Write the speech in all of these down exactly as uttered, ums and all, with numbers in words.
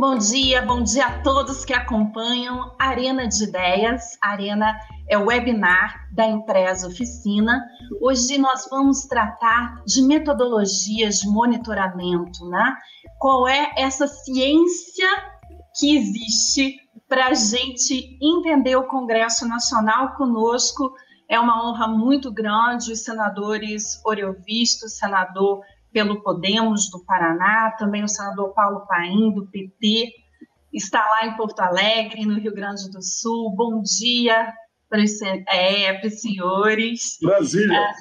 Bom dia, bom dia a todos que acompanham a Arena de Ideias. A Arena é o webinar da Empresa Oficina. Hoje nós vamos tratar de metodologias de monitoramento, né? Qual é essa ciência que existe para a gente entender o Congresso Nacional conosco? É uma honra muito grande os senadores Oriovisto, senador pelo Podemos do Paraná, também o senador Paulo Paim, do P T, está lá em Porto Alegre, no Rio Grande do Sul. Bom dia para os, é, para os senhores. Brasília. É...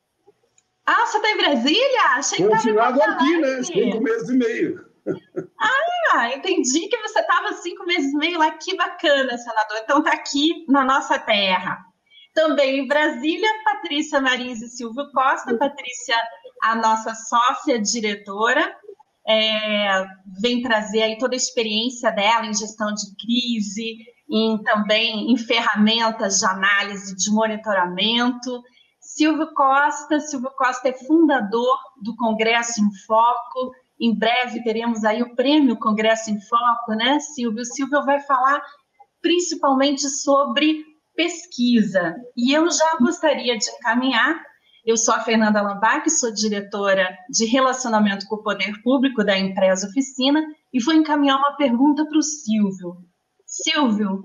Ah, você está em Brasília? Achei que estava em Porto Alegre. Aqui, né? Cinco meses e meio. Ah, entendi que você estava cinco meses e meio lá. Que bacana, senador. Então está aqui na nossa terra. Também em Brasília, Patrícia Marins e Silvio Costa. Patrícia, a nossa sócia diretora, é, vem trazer aí toda a experiência dela em gestão de crise, em, também em ferramentas de análise, de monitoramento. Silvio Costa, Silvio Costa é fundador do Congresso em Foco. Em breve teremos aí o prêmio Congresso em Foco, né, Silvio? Silvio vai falar principalmente sobre pesquisa. E eu já gostaria de encaminhar. Eu sou a Fernanda Lambac, sou diretora de Relacionamento com o Poder Público da Empresa Oficina, e vou encaminhar uma pergunta para o Silvio. Silvio,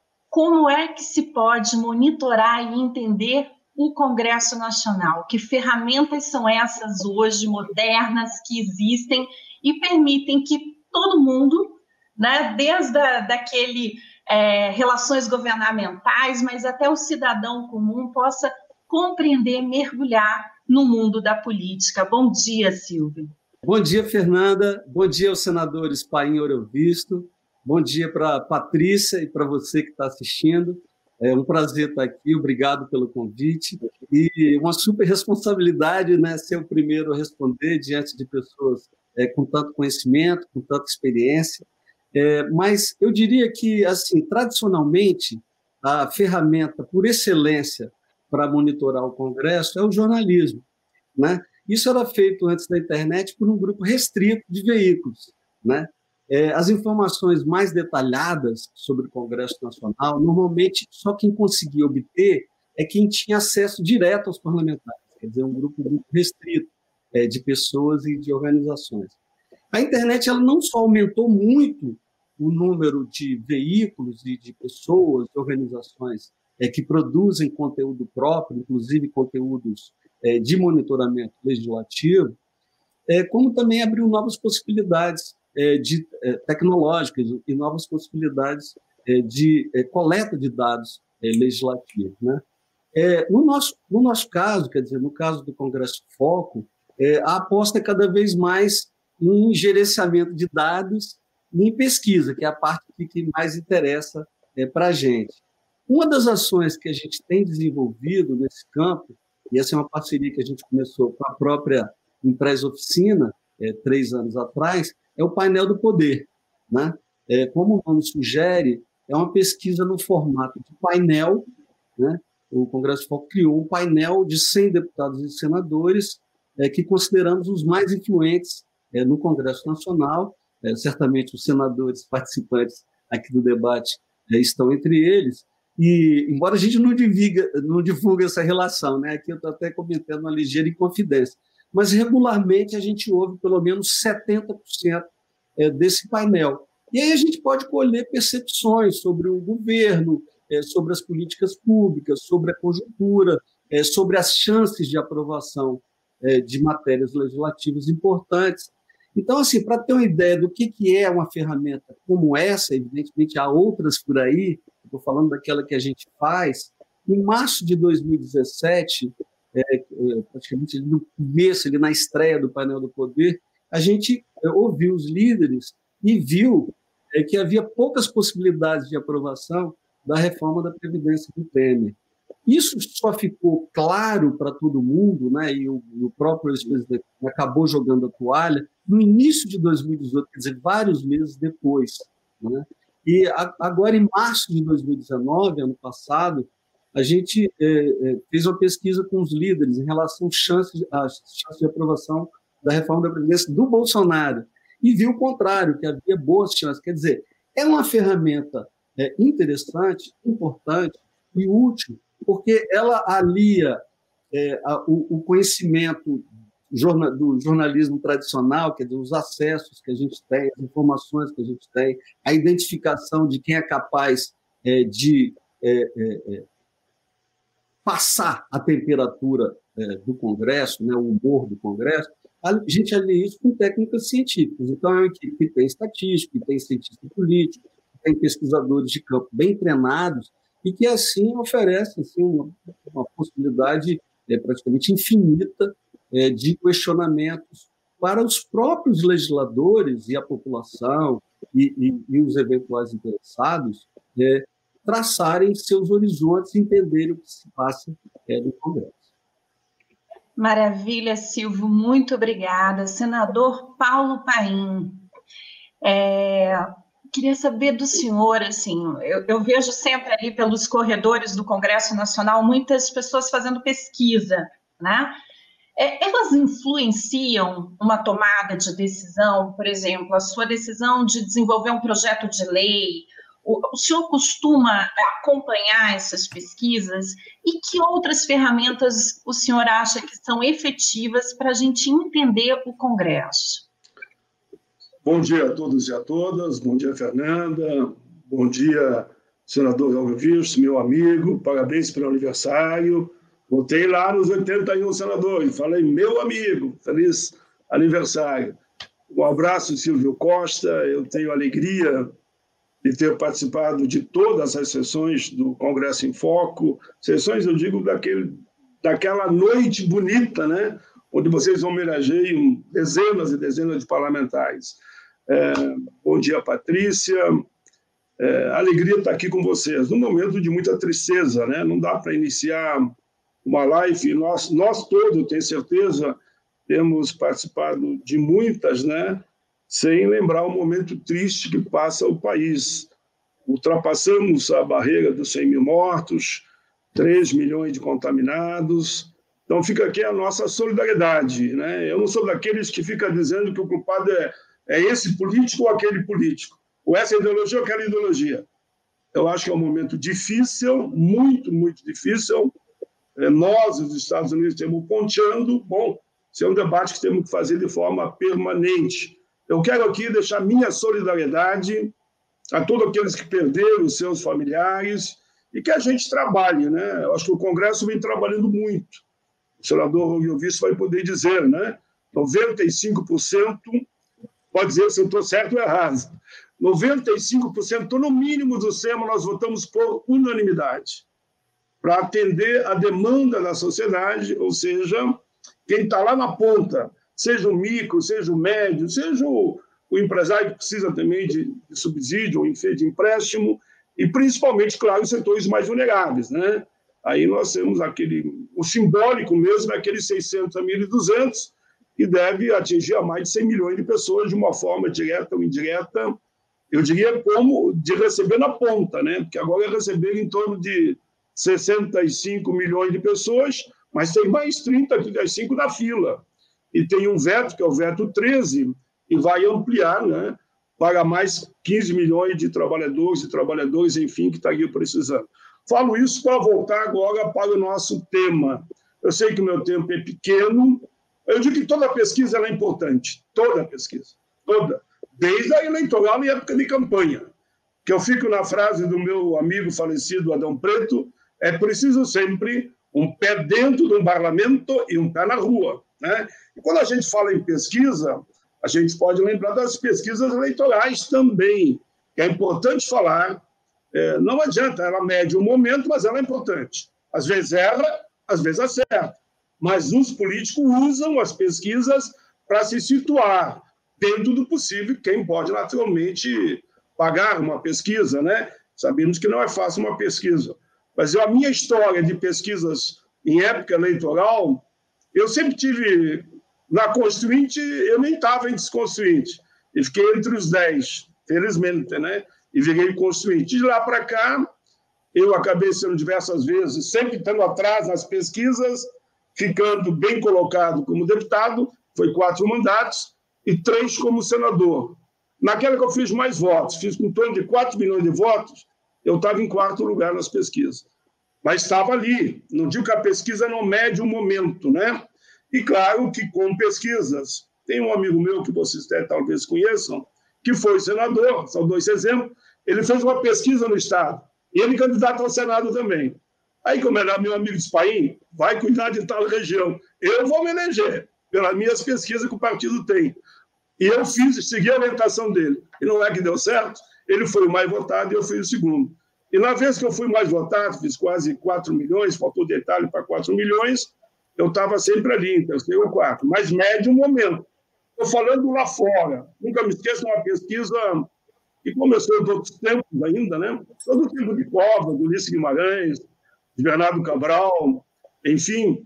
como é que se pode monitorar e entender o Congresso Nacional? Que ferramentas são essas hoje, modernas, que existem e permitem que todo mundo, né, desde a, daquele é, relações governamentais, mas até o cidadão comum possa compreender, mergulhar no mundo da política? Bom dia, Silvio. Bom dia, Fernanda. Bom dia aos senadores Paim e Oriovisto. Bom dia para a Patrícia e para você que está assistindo. É um prazer estar aqui, obrigado pelo convite. E uma super responsabilidade, né, ser o primeiro a responder diante de pessoas é, com tanto conhecimento, com tanta experiência. É, mas eu diria que, assim, tradicionalmente, a ferramenta por excelência para monitorar o Congresso é o jornalismo, né? Isso era feito antes da internet por um grupo restrito de veículos, né? É, as informações mais detalhadas sobre o Congresso Nacional, normalmente, só quem conseguia obter é quem tinha acesso direto aos parlamentares, quer dizer, um grupo, um grupo restrito é, de pessoas e de organizações. A internet ela não só aumentou muito o número de veículos e de pessoas, de organizações é, que produzem conteúdo próprio, inclusive conteúdos é, de monitoramento legislativo, é, como também abriu novas possibilidades é, de, é, tecnológicas e novas possibilidades é, de é, coleta de dados é, legislativos, né? É, no, nosso, no nosso caso, quer dizer, no caso do Congresso Foco, é, a aposta é cada vez mais em gerenciamento de dados e em pesquisa, que é a parte que mais interessa é, para a gente. Uma das ações que a gente tem desenvolvido nesse campo, e essa é uma parceria que a gente começou com a própria Empresa Oficina, é, três anos atrás, é o painel do poder, né? É, como o nome sugere, é uma pesquisa no formato de painel, né? O Congresso Foco criou um painel de cem deputados e senadores é, que consideramos os mais influentes é, no Congresso Nacional. É, certamente os senadores participantes aqui do debate é, estão entre eles, e embora a gente não divulga, não divulga essa relação, né? Aqui eu estou até comentando uma ligeira inconfidência, mas regularmente a gente ouve pelo menos setenta por cento é, desse painel. E aí a gente pode colher percepções sobre o governo, é, sobre as políticas públicas, sobre a conjuntura, é, sobre as chances de aprovação é, de matérias legislativas importantes. Então, assim, para ter uma ideia do que, que é uma ferramenta como essa, evidentemente há outras por aí, estou falando daquela que a gente faz, em março de dois mil e dezessete, é, é, praticamente no começo, ali na estreia do painel do poder, a gente é, ouviu os líderes e viu é, que havia poucas possibilidades de aprovação da reforma da Previdência do Temer. Isso só ficou claro para todo mundo, né, e o, o próprio ex-presidente acabou jogando a toalha no início de dois mil e dezoito, quer dizer, vários meses depois, né? E a, agora, em março de dois mil e dezenove, ano passado, a gente é, é, fez uma pesquisa com os líderes em relação às chances, às chances de aprovação da reforma da Previdência do Bolsonaro. e viu o contrário, que havia boas chances. Quer dizer, é uma ferramenta é, interessante, importante e útil, porque ela alia é, a, o, o conhecimento jornal, do jornalismo tradicional, quer dizer, os acessos que a gente tem, as informações que a gente tem, a identificação de quem é capaz é, de é, é, passar a temperatura é, do Congresso, né, o humor do Congresso. A gente alia isso com técnicas científicas. Então, é uma equipe que tem estatístico, que tem cientista político, que tem pesquisadores de campo bem treinados e que, assim, oferece assim, uma, uma possibilidade é, praticamente infinita é, de questionamentos para os próprios legisladores e a população e, e, e os eventuais interessados é, traçarem seus horizontes e entenderem o que se passa é, no Congresso. Maravilha, Silvio, muito obrigada. Senador Paulo Paim, é, queria saber do senhor, assim, eu, eu vejo sempre ali pelos corredores do Congresso Nacional muitas pessoas fazendo pesquisa, né? É, elas influenciam uma tomada de decisão, por exemplo, a sua decisão de desenvolver um projeto de lei. O senhor costuma acompanhar essas pesquisas e que outras ferramentas o senhor acha que são efetivas para a gente entender o Congresso? Bom dia a todos e a todas. Bom dia, Fernanda. Bom dia, senador Elvio Visto, meu amigo. Parabéns pelo aniversário. Voltei lá nos oitenta e um, senador, e falei, meu amigo, feliz aniversário. Um abraço, Silvio Costa. Eu tenho alegria de ter participado de todas as sessões do Congresso em Foco, sessões, eu digo, daquele, daquela noite bonita, né, onde vocês homenageiam dezenas e dezenas de parlamentares. É, bom dia, Patrícia. É, alegria estar aqui com vocês, num momento de muita tristeza, né? Não dá para iniciar uma live, nós, nós todos, tenho certeza, temos participado de muitas, né? Sem lembrar o momento triste que passa o país. Ultrapassamos a barreira dos cem mil mortos, três milhões de contaminados. Então, fica aqui a nossa solidariedade, né? Eu não sou daqueles que ficam dizendo que o culpado é, é esse político ou aquele político, ou essa ideologia ou aquela ideologia. Eu acho que é um momento difícil, muito, muito difícil. Nós, os Estados Unidos, estamos ponteando. Bom, esse é um debate que temos que fazer de forma permanente. Eu quero aqui deixar minha solidariedade a todos aqueles que perderam os seus familiares e que a gente trabalhe, né? Eu acho que o Congresso vem trabalhando muito. O senador Elvio Visto vai poder dizer, né? noventa e cinco por cento, pode dizer se eu estou certo ou errado, noventa e cinco por cento, no mínimo do SEMA, nós votamos por unanimidade, para atender a demanda da sociedade, ou seja, quem está lá na ponta, seja o micro, seja o médio, seja o, o empresário que precisa também de, de subsídio, ou de empréstimo, e principalmente, claro, os setores mais vulneráveis, né? Aí nós temos aquele, o simbólico mesmo, aqueles seiscentos a mil e duzentos, que deve atingir a mais de cem milhões de pessoas de uma forma direta ou indireta, eu diria como de receber na ponta, né? Porque agora é receber em torno de sessenta e cinco milhões de pessoas, mas tem mais trinta, trinta e cinco na fila. E tem um veto, que é o veto treze, e vai ampliar, né, para mais quinze milhões de trabalhadores e trabalhadoras, enfim, que estariam precisando. Falo isso para voltar agora para o nosso tema. Eu sei que o meu tempo é pequeno, eu digo que toda pesquisa ela é importante, toda pesquisa, toda, desde a eleitoral e época de campanha, que eu fico na frase do meu amigo falecido Adão Preto, é preciso sempre um pé dentro de um parlamento e um pé na rua, né? E quando a gente fala em pesquisa, a gente pode lembrar das pesquisas eleitorais também, que é importante falar. É, não adianta, ela mede um momento, mas ela é importante. Às vezes erra, às vezes acerta. Mas os políticos usam as pesquisas para se situar dentro do possível, quem pode naturalmente pagar uma pesquisa, né? Sabemos que não é fácil uma pesquisa. Mas a minha história de pesquisas em época eleitoral, eu sempre tive na Constituinte, eu nem estava em Desconstituinte, e fiquei entre os dez, felizmente, né? E virei Constituinte. De lá para cá, eu acabei sendo diversas vezes, sempre estando atrás nas pesquisas, ficando bem colocado como deputado, foi quatro mandatos, e três como senador. Naquela que eu fiz mais votos, fiz com torno de quatro milhões de votos, eu estava em quarto lugar nas pesquisas. Mas estava ali. Não digo que a pesquisa não mede o momento, né? E claro que com pesquisas, tem um amigo meu que vocês talvez conheçam, que foi senador, são dois exemplos, ele fez uma pesquisa no Estado, e ele candidato ao Senado também. Aí, como era meu amigo de Espaim, vai cuidar de tal região. Eu vou me eleger, pelas minhas pesquisas que o partido tem. E eu fiz, segui a orientação dele. E não é que deu certo, ele foi o mais votado e eu fui o segundo. E na vez que eu fui mais votado, fiz quase quatro milhões, faltou detalhe para quatro milhões, eu estava sempre ali, em terceiro ou quarto, mas médio momento. Estou falando lá fora. Nunca me esqueço de uma pesquisa que começou em outros tempos ainda, né? Todo tipo de Covas, do Ulisses Guimarães, de Bernardo Cabral, enfim,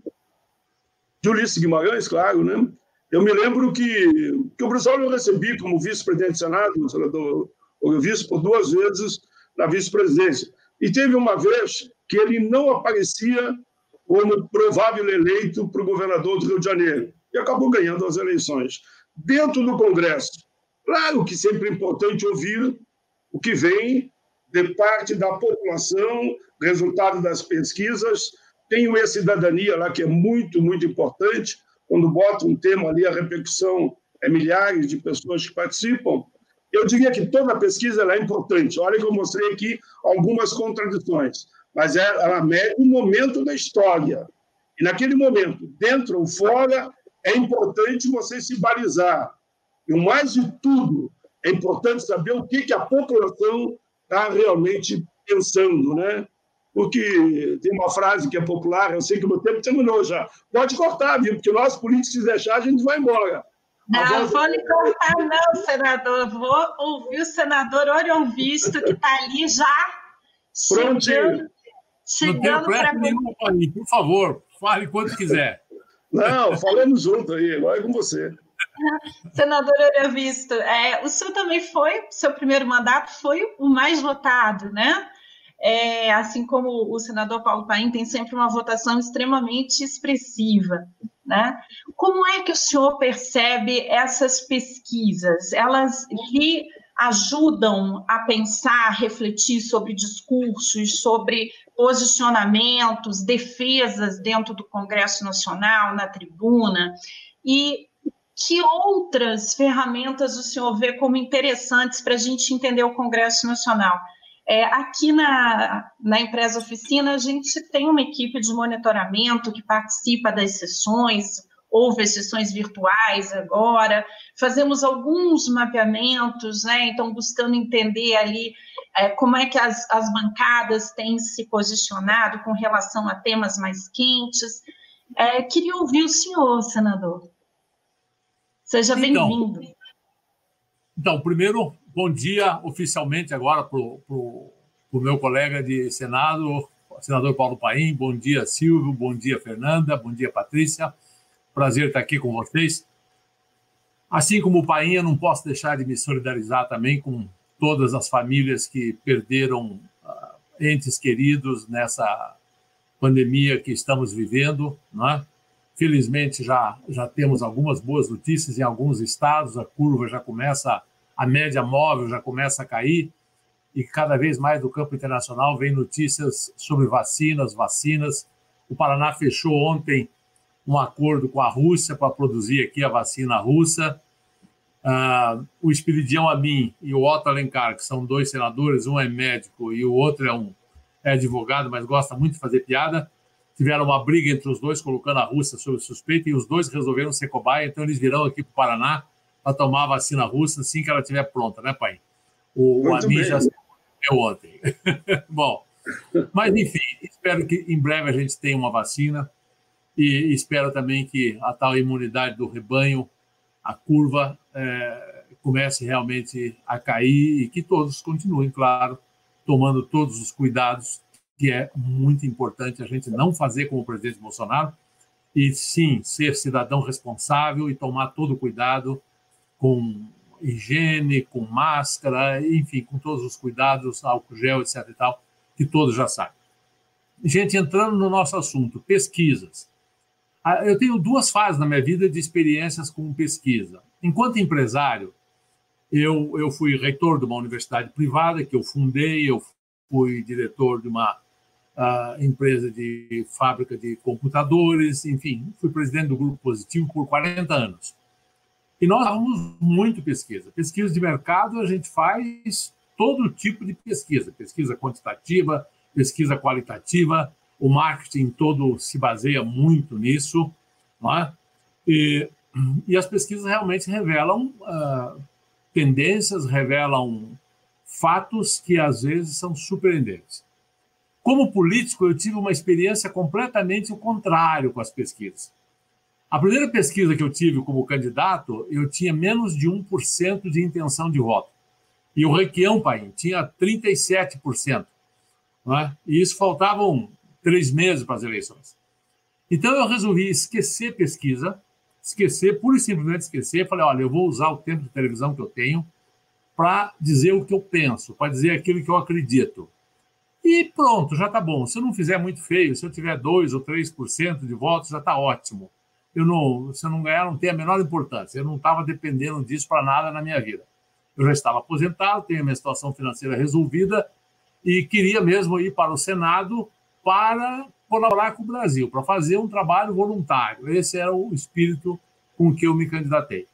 de Ulisses Guimarães, claro, né? Eu me lembro que, que o Brizola eu recebi como vice-presidente do Senado, o senador vice por duas vezes na vice-presidência. E teve uma vez que ele não aparecia como provável eleito para o governador do Rio de Janeiro. E acabou ganhando as eleições. Dentro do Congresso, claro que sempre é importante ouvir o que vem de parte da população, resultado das pesquisas. Tem o E-Cidadania lá, que é muito, muito importante. Quando bota um tema ali, a repercussão é milhares de pessoas que participam. Eu diria que toda pesquisa ela é importante. Olha que eu mostrei aqui algumas contradições, mas ela mede o momento da história. E naquele momento, dentro ou fora, é importante você se balizar. E o mais de tudo, é importante saber o que, que a população está realmente pensando, né? Porque tem uma frase que é popular, eu sei que o meu tempo terminou já. Pode cortar, viu? Porque nós políticos, se deixar, a gente vai embora. Não, voz... vou lhe cortar, não, senador. Vou ouvir o senador Orion Visto, que está ali já chegando, chegando para... Por favor, fale quanto quiser. Não, falamos junto aí, agora é com você. Senador Orion Visto, é, o senhor também foi, seu primeiro mandato foi o mais votado, né? É, assim como o senador Paulo Paim tem sempre uma votação extremamente expressiva, né? Como é que o senhor percebe essas pesquisas? Elas lhe ajudam a pensar, a refletir sobre discursos, sobre posicionamentos, defesas dentro do Congresso Nacional, na tribuna? E que outras ferramentas o senhor vê como interessantes para a gente entender o Congresso Nacional? É, aqui na, na Empresa Oficina, a gente tem uma equipe de monitoramento que participa das sessões, houve as sessões virtuais agora, fazemos alguns mapeamentos, né? Então, buscando entender ali é, como é que as, as bancadas têm se posicionado com relação a temas mais quentes. É, queria ouvir o senhor, senador. Seja bem-vindo. Então, então, primeiro, bom dia oficialmente agora para o meu colega de Senado, senador Paulo Paim. Bom dia, Silvio. Bom dia, Fernanda. Bom dia, Patrícia. Prazer estar aqui com vocês. Assim como o Paim, eu não posso deixar de me solidarizar também com todas as famílias que perderam uh, entes queridos nessa pandemia que estamos vivendo, não é? Felizmente, já, já temos algumas boas notícias em alguns estados, a curva já começa, a média móvel já começa a cair, e cada vez mais do campo internacional vem notícias sobre vacinas, vacinas. O Paraná fechou ontem um acordo com a Rússia para produzir aqui a vacina russa. Uh, o Espiridião Amin e o Otto Alencar, que são dois senadores, um é médico e o outro é, um, é advogado, mas gosta muito de fazer piada, tiveram uma briga entre os dois, colocando a Rússia sob suspeita, e os dois resolveram ser cobaia, então eles virão aqui para o Paraná para tomar a vacina russa assim que ela estiver pronta, né, pai? O, o Amin já se deu ontem. Bom, mas enfim, espero que em breve a gente tenha uma vacina e espero também que a tal imunidade do rebanho, a curva, é, comece realmente a cair e que todos continuem, claro, tomando todos os cuidados, que é muito importante a gente não fazer como o presidente Bolsonaro, e sim ser cidadão responsável e tomar todo o cuidado com higiene, com máscara, enfim, com todos os cuidados, álcool gel, etc e tal, que todos já sabem. Gente, entrando no nosso assunto, pesquisas. Eu tenho duas fases na minha vida de experiências com pesquisa. Enquanto empresário, eu, eu fui reitor de uma universidade privada que eu fundei, eu fui diretor de uma uh, empresa de fábrica de computadores, enfim, fui presidente do Grupo Positivo por quarenta anos. E nós fazemos muito pesquisa. Pesquisa de mercado, a gente faz todo tipo de pesquisa, pesquisa quantitativa, pesquisa qualitativa, o marketing todo se baseia muito nisso, não é? E, e as pesquisas realmente revelam uh, tendências, revelam fatos que às vezes são surpreendentes. Como político, eu tive uma experiência completamente o contrário com as pesquisas. A primeira pesquisa que eu tive como candidato, eu tinha menos de um por cento de intenção de voto. E o Requião, pai, tinha trinta e sete por cento. Não é? E isso faltavam três meses para as eleições. Então, eu resolvi esquecer pesquisa, esquecer, pura e simplesmente esquecer. Falei, olha, eu vou usar o tempo de televisão que eu tenho para dizer o que eu penso, para dizer aquilo que eu acredito. E pronto, já está bom. Se eu não fizer muito feio, se eu tiver dois ou três por cento de votos, já está ótimo. Eu não, se eu não ganhar, não tem a menor importância. Eu não estava dependendo disso para nada na minha vida. Eu já estava aposentado, tenho a minha situação financeira resolvida e queria mesmo ir para o Senado para colaborar com o Brasil, para fazer um trabalho voluntário. Esse era o espírito com que eu me candidatei.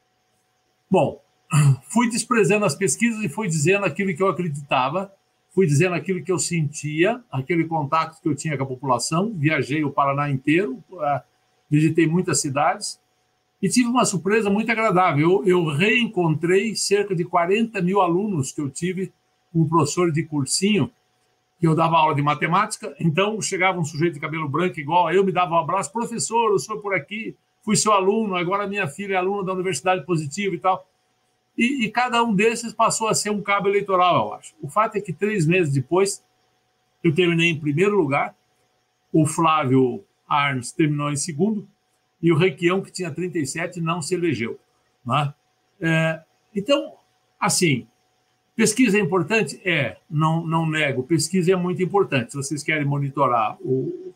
Bom, fui desprezando as pesquisas e fui dizendo aquilo que eu acreditava, fui dizendo aquilo que eu sentia, aquele contato que eu tinha com a população, viajei o Paraná inteiro, visitei muitas cidades e tive uma surpresa muito agradável. Eu, eu reencontrei cerca de quarenta mil alunos que eu tive como professor de cursinho, que eu dava aula de matemática. Então, chegava um sujeito de cabelo branco igual a eu, me dava um abraço, professor, eu sou por aqui, fui seu aluno, agora minha filha é aluna da Universidade Positiva e tal. E, e cada um desses passou a ser um cabo eleitoral, eu acho. O fato é que três meses depois, eu terminei em primeiro lugar, o Flávio Arns terminou em segundo, e o Requião, que tinha trinta e sete, não se elegeu. Né? É, então, assim, pesquisa é importante? É, não, não nego, pesquisa é muito importante. Se vocês querem monitorar o,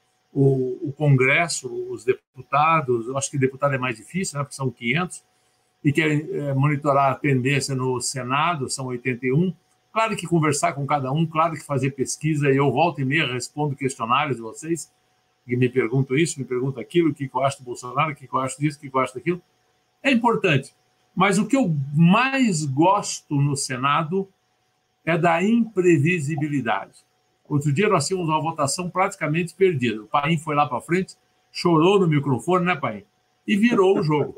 o, o Congresso, os deputados, eu acho que deputado é mais difícil, né, porque são quinhentos, e querem é, monitorar a tendência no Senado, são oitenta e um, claro que conversar com cada um, claro que fazer pesquisa, e eu volto e meia respondo questionários de vocês, que me perguntam isso, me perguntam aquilo, o que eu acho do Bolsonaro, o que eu acho disso, o que eu acho daquilo. É importante. Mas o que eu mais gosto no Senado é da imprevisibilidade. Outro dia nós tínhamos uma votação praticamente perdida. O Paim foi lá para frente, chorou no microfone, né, Paim? E virou o jogo.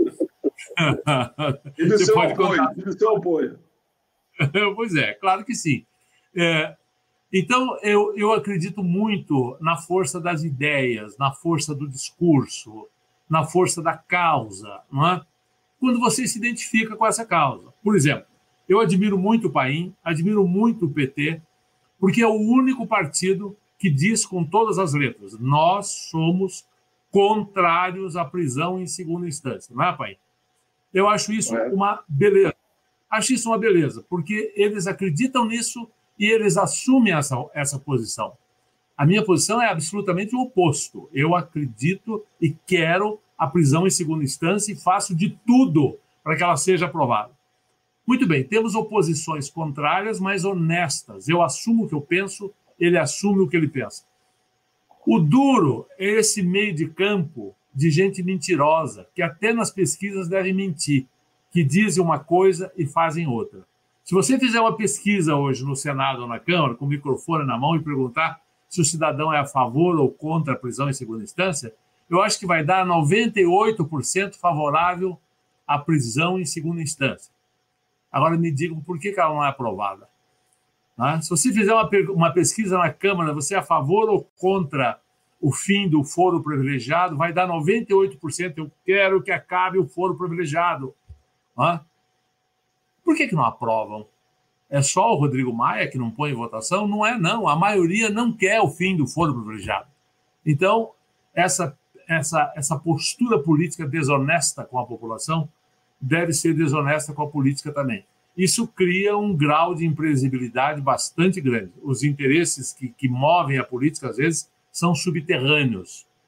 E do seu apoio, e do seu apoio. Pois é, claro que sim. É, então, eu, eu acredito muito na força das ideias, na força do discurso, na força da causa, não é? Quando você se identifica com essa causa. Por exemplo, eu admiro muito o Paim, admiro muito o P T, porque é o único partido que diz com todas as letras, nós somos contrários à prisão em segunda instância, não é, Paim? Eu acho isso uma beleza. Acho isso uma beleza, porque eles acreditam nisso e eles assumem essa, essa posição. A minha posição é absolutamente o oposto. Eu acredito e quero a prisão em segunda instância e faço de tudo para que ela seja aprovada. Muito bem, temos oposições contrárias, mas honestas. Eu assumo o que eu penso, ele assume o que ele pensa. O duro é esse meio de campo de gente mentirosa, que até nas pesquisas devem mentir, que dizem uma coisa e fazem outra. Se você fizer uma pesquisa hoje no Senado ou na Câmara, com o microfone na mão, e perguntar se o cidadão é a favor ou contra a prisão em segunda instância, eu acho que vai dar noventa e oito por cento favorável à prisão em segunda instância. Agora me digam por que ela não é aprovada. Né? Se você fizer uma, uma pesquisa na Câmara, você é a favor ou contra o fim do foro privilegiado, vai dar noventa e oito por cento. Eu quero que acabe o foro privilegiado. Né? Por que que não aprovam? É só o Rodrigo Maia que não põe em votação? Não é, não. A maioria não quer o fim do foro privilegiado. Então, essa, essa, essa postura política desonesta com a população deve ser desonesta com a política também. Isso cria um grau de imprevisibilidade bastante grande. Os interesses que, que movem a política, às vezes, são subterrâneos.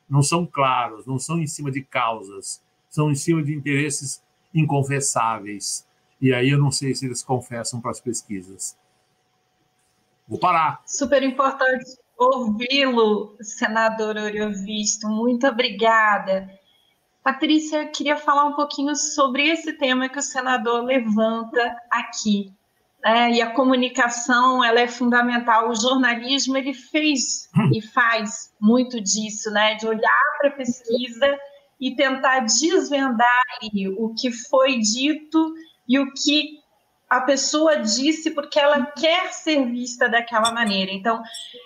não são claros, não são em cima de causas, são em cima de interesses inconfessáveis. E aí eu não sei se eles confessam para as pesquisas. Vou parar. Super importante ouvi-lo, senador Oriovisto. Muito obrigada. Patrícia, eu queria falar um pouquinho sobre esse tema que o senador levanta aqui. É, e a comunicação, ela é fundamental. O jornalismo, ele fez e faz muito disso, né? De olhar para a pesquisa e tentar desvendar ali o que foi dito e o que a pessoa disse porque ela quer ser vista daquela maneira. Então,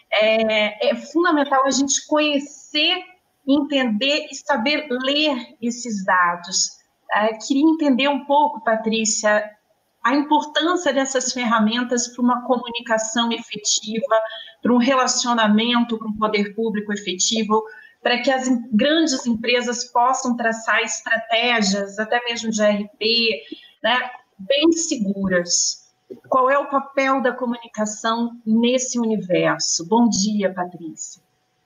é, é fundamental a gente conhecer, entender e saber ler esses dados. É, queria entender um pouco, Patrícia, a importância dessas ferramentas para uma comunicação efetiva, para um relacionamento com o poder público efetivo, para que as grandes empresas possam traçar estratégias, até mesmo de R P, né, bem seguras. Qual é o papel da comunicação nesse universo? Bom dia, Patrícia.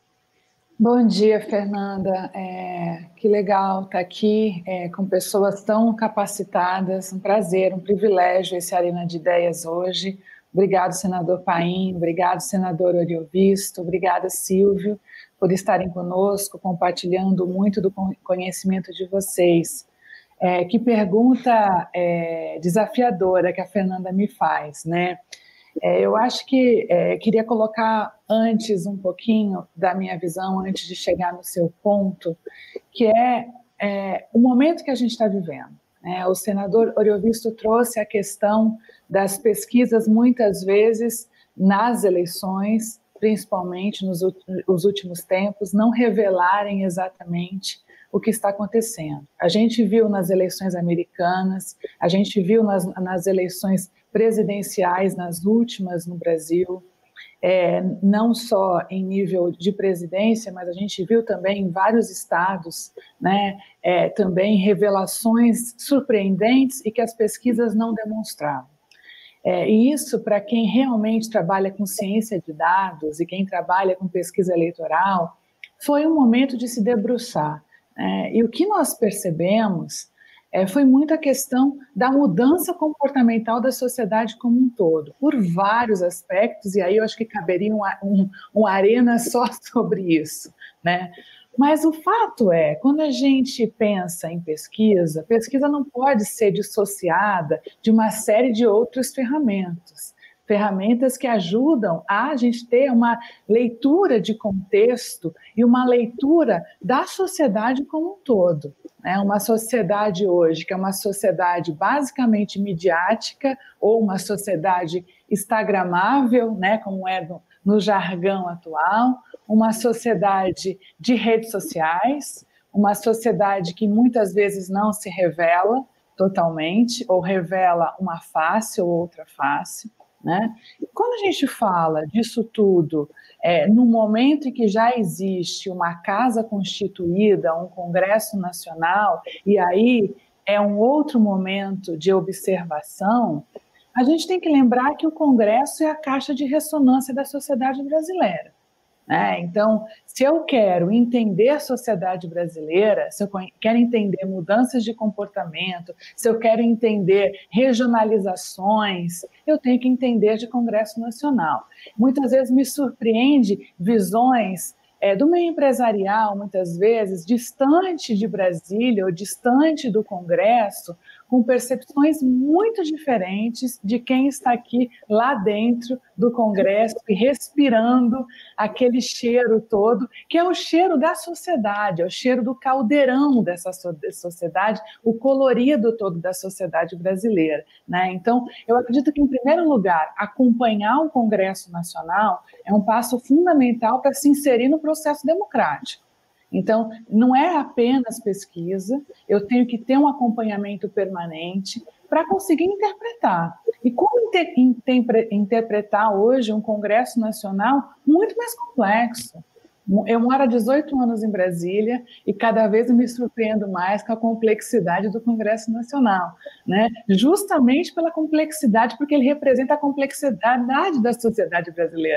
Bom dia, Fernanda. É, que legal estar aqui é, com pessoas tão capacitadas. Um prazer, um privilégio esse Arena de Ideias hoje. Obrigado, senador Paim, obrigado, senador Oriovisto, obrigada, Silvio, por estarem conosco, compartilhando muito do conhecimento de vocês. É, que pergunta é, desafiadora que a Fernanda me faz, né? É, eu acho que é, queria colocar antes um pouquinho da minha visão, antes de chegar no seu ponto, que é, é o momento que a gente está vivendo. Né? O senador Oriovisto trouxe a questão das pesquisas, muitas vezes, nas eleições, principalmente nos os últimos tempos, não revelarem exatamente o que está acontecendo. A gente viu nas eleições americanas, a gente viu nas, nas eleições presidenciais, nas últimas no Brasil, é, não só em nível de presidência, mas a gente viu também em vários estados, né, é, também revelações surpreendentes e que as pesquisas não demonstravam. É, e isso, para quem realmente trabalha com ciência de dados e quem trabalha com pesquisa eleitoral, foi um momento de se debruçar. É, e o que nós percebemos é, foi muito a questão da mudança comportamental da sociedade como um todo, por vários aspectos, e aí eu acho que caberia um, um, um arena só sobre isso, né? Mas o fato é, quando a gente pensa em pesquisa, pesquisa não pode ser dissociada de uma série de outras ferramentas. Ferramentas que ajudam a gente ter uma leitura de contexto e uma leitura da sociedade como um todo. É uma sociedade hoje que é uma sociedade basicamente midiática ou uma sociedade instagramável, né, como é no, no jargão atual, uma sociedade de redes sociais, uma sociedade que muitas vezes não se revela totalmente ou revela uma face ou outra face. Né? E quando a gente fala disso tudo, é, no momento em que já existe uma casa constituída, um Congresso Nacional, e aí é um outro momento de observação, a gente tem que lembrar que o Congresso é a caixa de ressonância da sociedade brasileira. Né? Então, se eu quero entender a sociedade brasileira, se eu quero entender mudanças de comportamento, se eu quero entender regionalizações, eu tenho que entender de Congresso Nacional. Muitas vezes me surpreende visões é, do meio empresarial, muitas vezes, distante de Brasília ou distante do Congresso, com percepções muito diferentes de quem está aqui lá dentro do Congresso e respirando aquele cheiro todo, que é o cheiro da sociedade, é o cheiro do caldeirão dessa sociedade, o colorido todo da sociedade brasileira. Né? Então, eu acredito que, em primeiro lugar, acompanhar o Congresso Nacional é um passo fundamental para se inserir no processo democrático. Então, não é apenas pesquisa, eu tenho que ter um acompanhamento permanente para conseguir interpretar. E como inter inter interpretar hoje um Congresso Nacional muito mais complexo? Eu moro há dezoito anos em Brasília e cada vez me surpreendo mais com a complexidade do Congresso Nacional, né? Justamente pela complexidade, porque ele representa a complexidade da sociedade brasileira.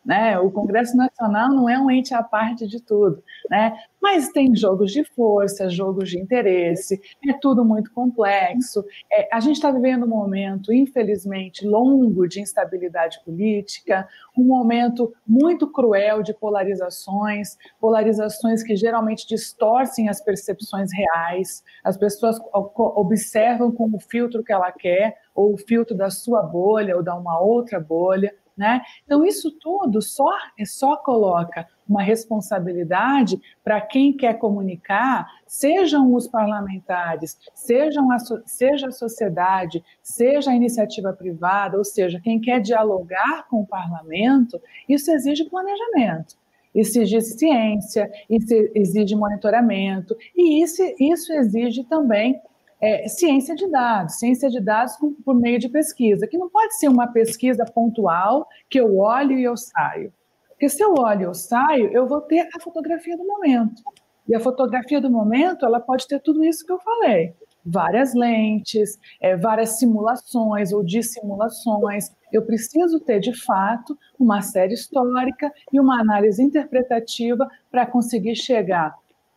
né? O Congresso Nacional não é um ente à parte de tudo, né? Mas tem jogos de força, jogos de interesse, é tudo muito complexo. É, a gente está vivendo um momento, infelizmente, longo de instabilidade política, um momento muito cruel de polarizações, polarizações que geralmente distorcem as percepções reais, as pessoas observam com o filtro que ela quer, ou o filtro da sua bolha, ou da uma outra bolha, né? Então, isso tudo só, só coloca uma responsabilidade para quem quer comunicar, sejam os parlamentares, sejam a, seja a sociedade, seja a iniciativa privada, ou seja, quem quer dialogar com o parlamento, isso exige planejamento. Isso exige ciência, isso exige monitoramento, e isso, isso exige também É, ciência de dados, ciência de dados com, por meio de pesquisa, que não pode ser uma pesquisa pontual que eu olho e eu saio. Porque se eu olho e eu saio, eu vou ter a fotografia do momento. E a fotografia do momento, ela pode ter tudo isso que eu falei. Várias lentes, é, várias simulações ou dissimulações. Eu preciso ter, de fato, uma série histórica e uma análise interpretativa para conseguir chegar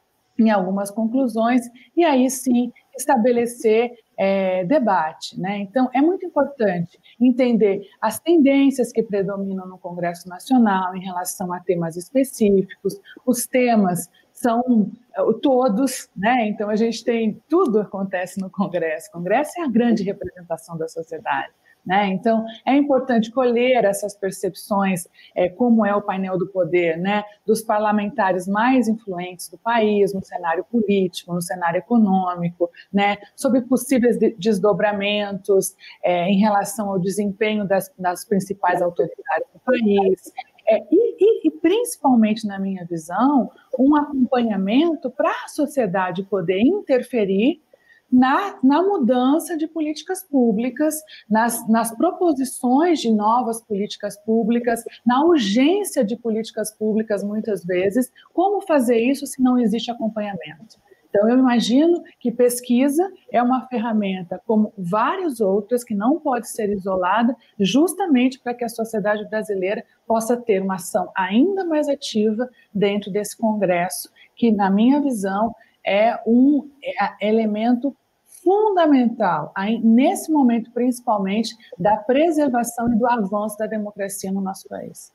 em algumas conclusões e aí sim estabelecer é, debate, né? Então, é muito importante entender as tendências que predominam no Congresso Nacional em relação a temas específicos. Os temas são todos, né? Então, a gente tem, tudo acontece no Congresso. O Congresso é a grande representação da sociedade, né? Então, é importante colher essas percepções, é, como é o painel do poder, né, dos parlamentares mais influentes do país, no cenário político, no cenário econômico, né, sobre possíveis desdobramentos é, em relação ao desempenho das, das principais autoridades do país, é, e, e, e principalmente, na minha visão, um acompanhamento para a sociedade poder interferir Na, na mudança de políticas públicas, nas, nas proposições de novas políticas públicas, na urgência de políticas públicas, muitas vezes. Como fazer isso se não existe acompanhamento? Então, eu imagino que pesquisa é uma ferramenta, como várias outras, que não pode ser isolada, justamente para que a sociedade brasileira possa ter uma ação ainda mais ativa dentro desse Congresso, que, na minha visão, é um elemento fundamental, nesse momento principalmente, da preservação e do avanço da democracia no nosso país.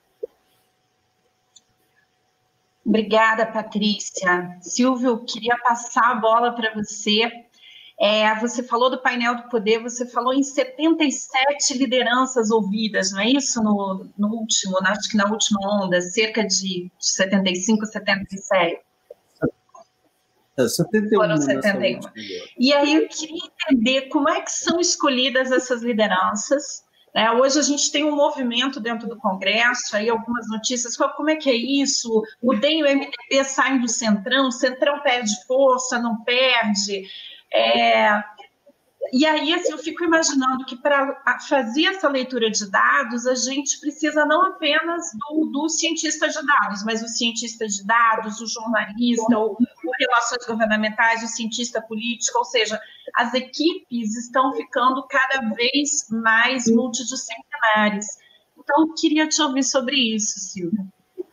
Obrigada, Patrícia. Silvio, queria passar a bola para você. É, você falou do painel do poder, você falou em setenta e sete lideranças ouvidas, não é isso? No, no último, acho que na última onda, cerca de setenta e cinco, setenta e sete. É, setenta e um. Foram setenta e um. E aí eu queria entender como é que são escolhidas essas lideranças. Né? Hoje a gente tem um movimento dentro do Congresso, aí algumas notícias, como é que é isso? O D E M e o M D B saem do Centrão, o Centrão perde força, não perde. É... E aí, assim, eu fico imaginando que para fazer essa leitura de dados, a gente precisa não apenas do, do cientista de dados, mas o cientista de dados, o jornalista, o, o relações governamentais, o cientista político, ou seja, as equipes estão ficando cada vez mais multidisciplinares. Então, eu queria te ouvir sobre isso, Silvia.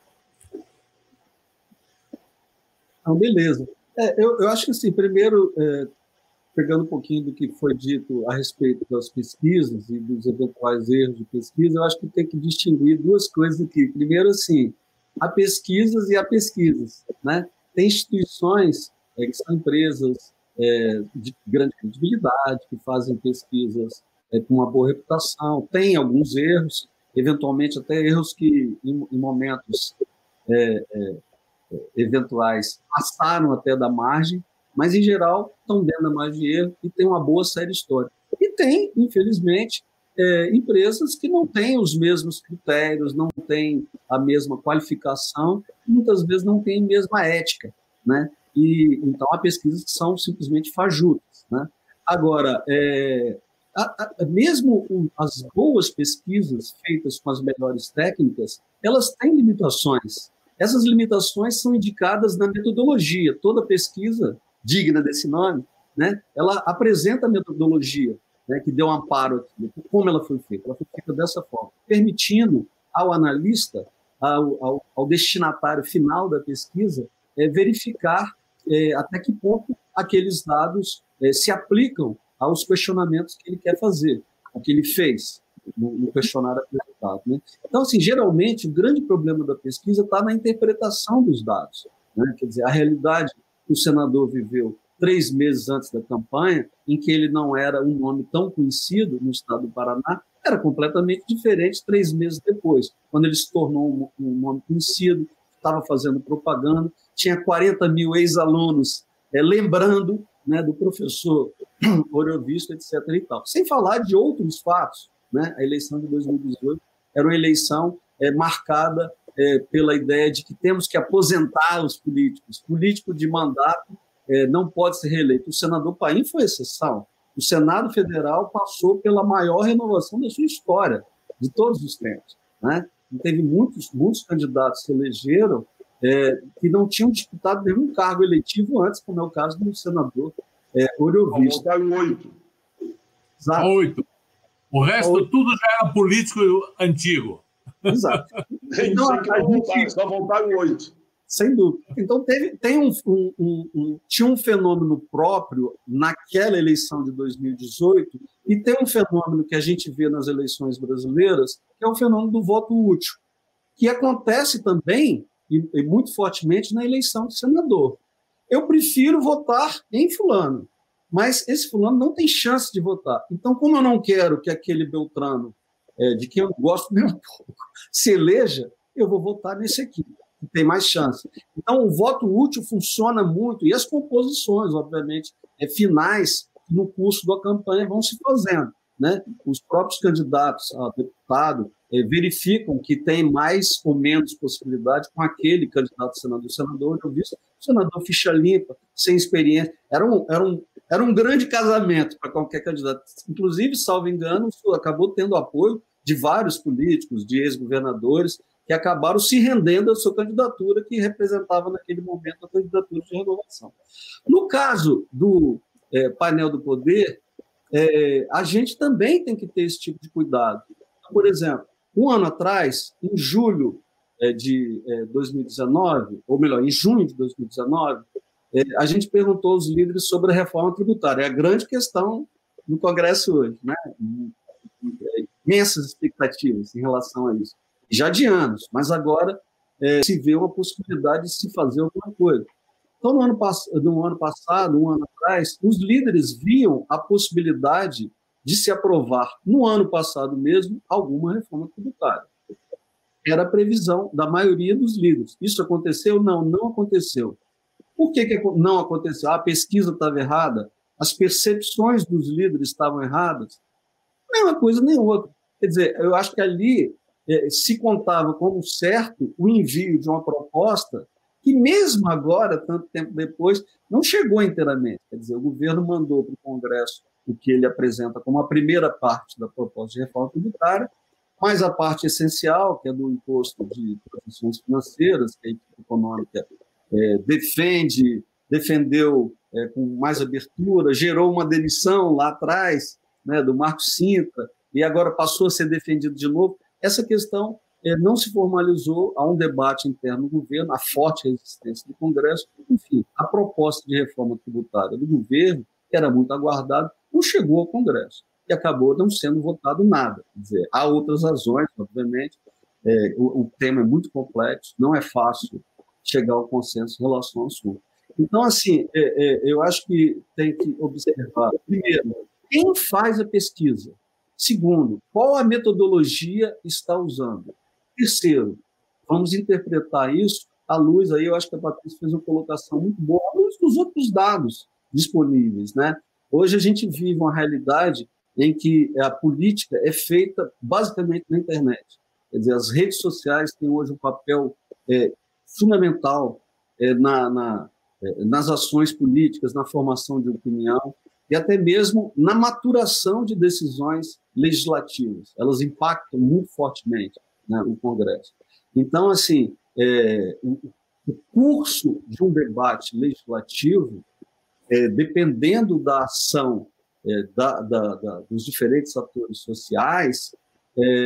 Ah, beleza. É, eu, eu acho que, assim, primeiro... É... pegando um pouquinho do que foi dito a respeito das pesquisas e dos eventuais erros de pesquisa, eu acho que tem que distinguir duas coisas aqui. Primeiro, assim, há pesquisas e há pesquisas, né? Tem instituições é, que são empresas é, de grande credibilidade, que fazem pesquisas é, com uma boa reputação, tem alguns erros, eventualmente até erros que, em, em momentos é, é, eventuais, passaram até da margem, mas, em geral, estão dentro da margem de erro e tem uma boa série histórica. E tem, infelizmente, é, empresas que não têm os mesmos critérios, não têm a mesma qualificação, e muitas vezes não têm a mesma ética, né? E, então, há pesquisas que são simplesmente fajutas, né? Agora, é, a, a, mesmo as boas pesquisas feitas com as melhores técnicas, elas têm limitações. Essas limitações são indicadas na metodologia. Toda pesquisa digna desse nome, né, ela apresenta a metodologia, né, que deu um amparo aqui. Como ela foi feita? Ela foi feita dessa forma, permitindo ao analista ao, ao, ao destinatário final da pesquisa é, verificar é, até que ponto aqueles dados é, se aplicam aos questionamentos que ele quer fazer, o que ele fez no, no questionário apresentado, né? Então, assim, geralmente, o grande problema da pesquisa está na interpretação dos dados, né? Quer dizer, a realidade que o senador viveu três meses antes da campanha, em que ele não era um nome tão conhecido no estado do Paraná, era completamente diferente três meses depois, quando ele se tornou um, um nome conhecido, estava fazendo propaganda, tinha quarenta mil ex-alunos é, lembrando, né, do professor Orovisto, etcétera e tal. Sem falar de outros fatos, né? A eleição de dois mil e dezoito era uma eleição é, marcada é, pela ideia de que temos que aposentar os políticos. Político de mandato é, não pode ser reeleito. O senador Paim foi exceção. O Senado Federal passou pela maior renovação da sua história, de todos os tempos, né? E teve muitos, muitos candidatos que se elegeram é, que não tinham disputado nenhum cargo eletivo antes, como é o caso do senador é, Orovisto. Votaram oito. Exato. Oito. O resto oito. Tudo já era político antigo. Exato. Então, a, a gente... Só voltaram oito. Sem dúvida. Então, teve, tem um, um, um, um, tinha um fenômeno próprio naquela eleição de dois mil e dezoito e tem um fenômeno que a gente vê nas eleições brasileiras, que é o fenômeno do voto útil, que acontece também, e, e muito fortemente, na eleição de senador. Eu prefiro votar em fulano, mas esse fulano não tem chance de votar. Então, como eu não quero que aquele Beltrano, é, de quem eu gosto nem um pouco, se eleja, eu vou votar nesse aqui, que tem mais chance. Então, o voto útil funciona muito, e as composições, obviamente, é, finais no curso da campanha vão se fazendo, né? Os próprios candidatos a deputado é, verificam que tem mais ou menos possibilidade com aquele candidato a senador. O senador, eu vi, o senador ficha limpa, sem experiência. Era um, era um, era um grande casamento para qualquer candidato. Inclusive, salvo engano, acabou tendo apoio de vários políticos, de ex-governadores, que acabaram se rendendo à sua candidatura, que representava naquele momento a candidatura de renovação. No caso do é, painel do poder, é, a gente também tem que ter esse tipo de cuidado. Por exemplo, um ano atrás, em julho é, de é, dois mil e dezenove, ou melhor, em junho de dois mil e dezenove, é, a gente perguntou aos líderes sobre a reforma tributária. É a grande questão no Congresso hoje, né? Imensas expectativas em relação a isso. Já de anos, mas agora é, se vê uma possibilidade de se fazer alguma coisa. Então, no ano, no ano passado, um ano atrás, os líderes viam a possibilidade de se aprovar, no ano passado mesmo, alguma reforma tributária. Era a previsão da maioria dos líderes. Isso aconteceu? Não, não aconteceu. Por que, que não aconteceu? A pesquisa estava errada? As percepções dos líderes estavam erradas? Nem uma coisa nem outra. Quer dizer, eu acho que ali se contava como certo o envio de uma proposta que, mesmo agora, tanto tempo depois, não chegou inteiramente. Quer dizer, o governo mandou para o Congresso o que ele apresenta como a primeira parte da proposta de reforma tributária, mas a parte essencial, que é do imposto de transações financeiras, que a equipe econômica é, defende, defendeu é, com mais abertura, gerou uma demissão lá atrás, né, do Marco Sintra, e agora passou a ser defendido de novo. Essa questão é, não se formalizou, há um debate interno no governo, há forte resistência do Congresso. Enfim, a proposta de reforma tributária do governo, que era muito aguardada, não chegou ao Congresso e acabou não sendo votado nada. Quer dizer, há outras razões, obviamente, é, o, o tema é muito complexo, não é fácil chegar ao consenso em relação ao assunto. Então, assim, é, é, eu acho que tem que observar, primeiro, quem faz a pesquisa? Segundo, qual a metodologia está usando? Terceiro, vamos interpretar isso à luz, aí eu acho que a Patrícia fez uma colocação muito boa, à luz dos outros dados disponíveis, né? Hoje a gente vive uma realidade em que a política é feita basicamente na internet. Quer dizer, as redes sociais têm hoje um papel é, fundamental é, na, na, é, nas ações políticas, na formação de opinião, e até mesmo na maturação de decisões legislativas. Elas impactam muito fortemente, né, o Congresso. Então, assim, é, o, o curso de um debate legislativo, é, dependendo da ação é, da, da, da, dos diferentes atores sociais, é,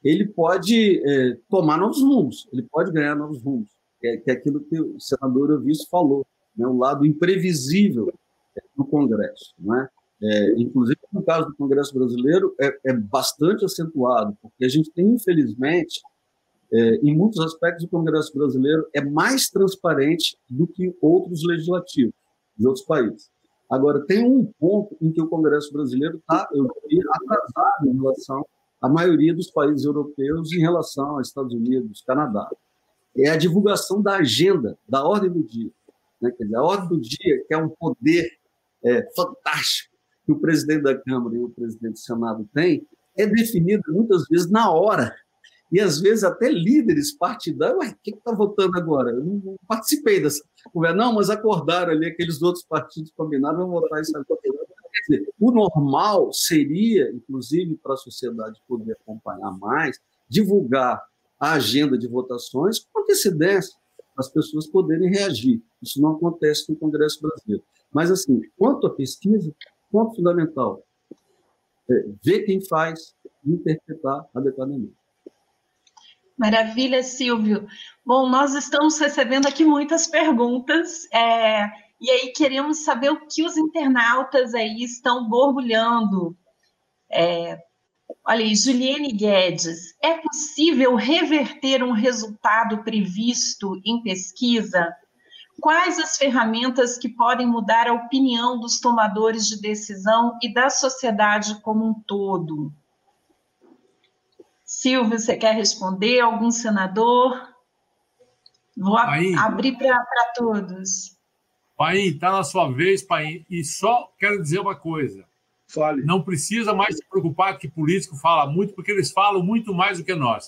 ele pode é, tomar novos rumos, ele pode ganhar novos rumos, que é, que é aquilo que o senador Euvício falou, né, o lado imprevisível do Congresso. Não é? É, inclusive, no caso do Congresso brasileiro, é, é bastante acentuado, porque a gente tem, infelizmente, é, em muitos aspectos, o Congresso brasileiro é mais transparente do que outros legislativos de outros países. Agora, tem um ponto em que o Congresso brasileiro está, eu diria, atrasado em relação à maioria dos países europeus em relação aos Estados Unidos, Canadá. É a divulgação da agenda, da ordem do dia. Né? Quer dizer, a ordem do dia, que é um poder é, fantástico que o presidente da Câmara e o presidente do Senado têm, é definida muitas vezes na hora. E, às vezes, até líderes partidários, ué, quem está votando agora? Eu não, não participei dessa conversa. Não, mas acordaram ali, aqueles outros partidos combinaram, vão votar isso agora. Quer dizer, o normal seria, inclusive, para a sociedade poder acompanhar mais, divulgar a agenda de votações com antecedência, para as pessoas poderem reagir. Isso não acontece no Congresso brasileiro. Mas, assim, quanto à pesquisa, ponto fundamental, é ver quem faz e interpretar adequadamente. Maravilha, Silvio. Bom, nós estamos recebendo aqui muitas perguntas, é, e aí queremos saber o que os internautas aí estão borbulhando. É, olha aí, Juliane Guedes, é possível reverter um resultado previsto em pesquisa? Quais as ferramentas que podem mudar a opinião dos tomadores de decisão e da sociedade como um todo? Silvio, você quer responder? Algum senador? Vou Paim, abrir para todos. Paim, está na sua vez, Paim. E só quero dizer uma coisa. Fale. Não precisa mais se preocupar que político fala muito, porque eles falam muito mais do que nós.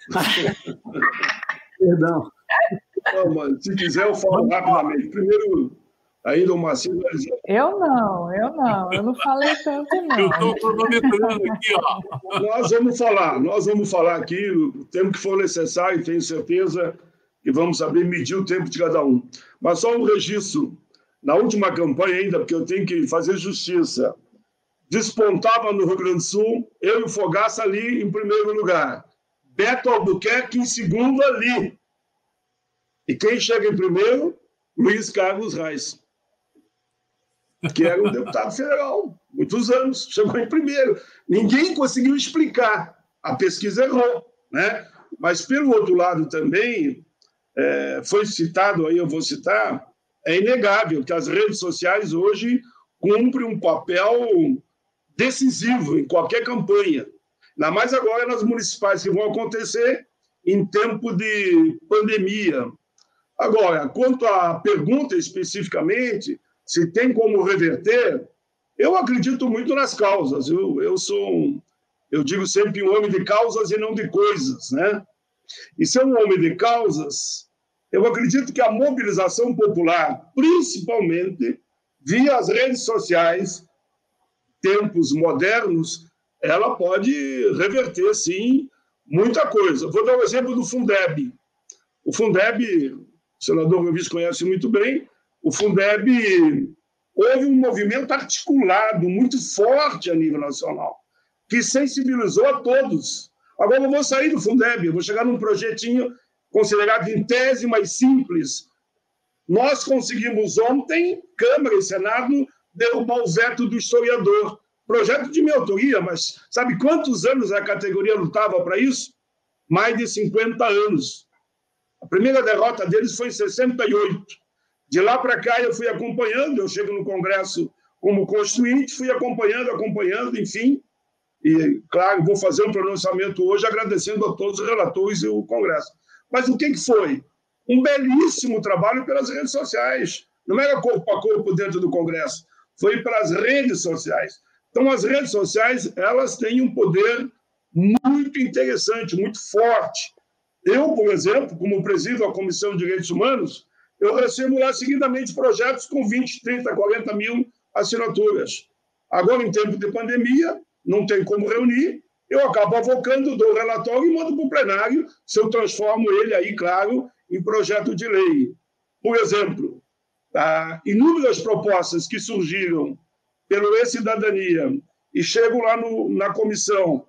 Perdão. Não, mas se quiser, eu falo rapidamente. Primeiro, ainda o Marcinho vai dizer. Eu não, eu não, eu não falei tanto, não. Eu estou cronometrando aqui, ó. Nós vamos falar, nós vamos falar aqui o tempo que for necessário, tenho certeza que vamos saber medir o tempo de cada um. Mas só um registro. Na última campanha ainda, porque eu tenho que fazer justiça, despontava no Rio Grande do Sul, eu e o Fogaça ali em primeiro lugar. Beto Albuquerque em segundo ali. E quem chega em primeiro? Luiz Carlos Reis, que era um deputado federal, muitos anos, chegou em primeiro. Ninguém conseguiu explicar, a pesquisa errou, né? Mas, pelo outro lado também, é, foi citado, aí eu vou citar, é inegável que as redes sociais hoje cumprem um papel decisivo em qualquer campanha, ainda mais agora nas municipais que vão acontecer em tempo de pandemia. Agora, quanto à pergunta especificamente, se tem como reverter, eu acredito muito nas causas. Eu, eu sou, um, eu digo sempre, um homem de causas e não de coisas, né? E ser um homem de causas, eu acredito que a mobilização popular, principalmente via as redes sociais, tempos modernos, ela pode reverter, sim, muita coisa. Vou dar o um exemplo do Fundeb. O Fundeb, o senador Euvício conhece muito bem, o Fundeb, houve um movimento articulado, muito forte a nível nacional, que sensibilizou a todos. Agora eu vou sair do Fundeb, eu vou chegar num projetinho considerado em tese mais simples. Nós conseguimos ontem, Câmara e Senado, derrubar o veto do historiador. Projeto de minha autoria, mas sabe quantos anos a categoria lutava para isso? Mais de cinquenta anos. A primeira derrota deles foi em sessenta e oito. De lá para cá eu fui acompanhando, eu chego no Congresso como constituinte, fui acompanhando, acompanhando, enfim. E, claro, vou fazer um pronunciamento hoje agradecendo a todos os relatores e o Congresso. Mas o que foi? Um belíssimo trabalho pelas redes sociais. Não era corpo a corpo dentro do Congresso, foi pelas redes sociais. Então, as redes sociais, elas têm um poder muito interessante, muito forte. Eu, por exemplo, como presido da Comissão de Direitos Humanos, eu recebo lá seguidamente projetos com vinte, trinta, quarenta mil assinaturas. Agora, em tempo de pandemia, não tem como reunir, eu acabo avocando, dou o relatório e mando para o plenário, se eu transformo ele aí, claro, em projeto de lei. Por exemplo, ah, inúmeras propostas que surgiram pelo E-Cidadania e chegam lá no, na comissão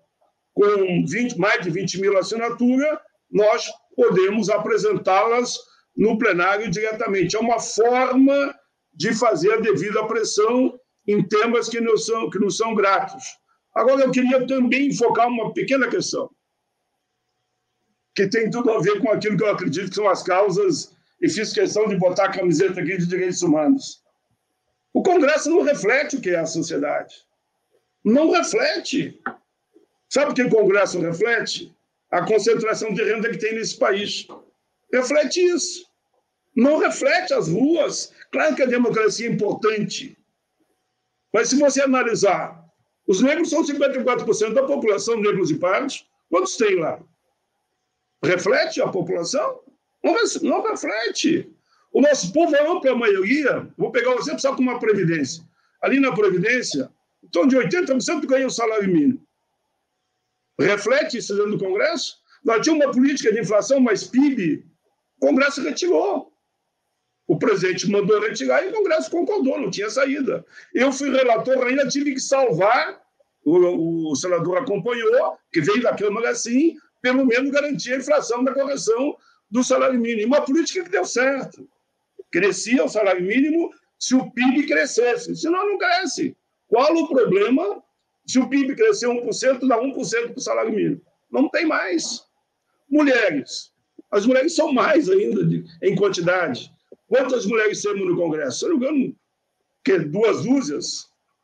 com vinte, mais de vinte mil assinaturas, nós podemos apresentá-las no plenário diretamente. É uma forma de fazer a devida pressão em temas que não são, que não são gratos. Agora, eu queria também focar uma pequena questão, que tem tudo a ver com aquilo que eu acredito que são as causas, e fiz questão de botar a camiseta aqui de direitos humanos. O Congresso não reflete o que é a sociedade. Não reflete. Sabe o que o Congresso reflete? A concentração de renda que tem nesse país. Reflete isso. Não reflete as ruas. Claro que a democracia é importante. Mas se você analisar, os negros são cinquenta e quatro por cento da população, negros e pardos. Quantos tem lá? Reflete a população? Não, não reflete. O nosso povo é ampla maioria. Vou pegar um exemplo só com uma Previdência. Ali na Previdência, em torno de oitenta por cento ganha o salário mínimo. Reflete isso dentro do Congresso? Nós tínhamos uma política de inflação mais P I B, o Congresso retirou. O presidente mandou retirar e o Congresso concordou, não tinha saída. Eu fui relator, ainda tive que salvar, o, o senador acompanhou, que veio da Câmara assim, pelo menos garantir a inflação da correção do salário mínimo. Uma política que deu certo. Crescia o salário mínimo se o P I B crescesse, senão não cresce. Qual o problema? Se o P I B crescer um por cento, dá um por cento para o salário mínimo. Não tem mais. Mulheres. As mulheres são mais ainda de, em quantidade. Quantas mulheres temos no Congresso? Se eu não me engano, que duas dúzias.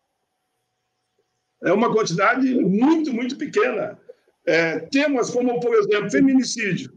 É uma quantidade muito, muito pequena. É, temas como, por exemplo, feminicídio.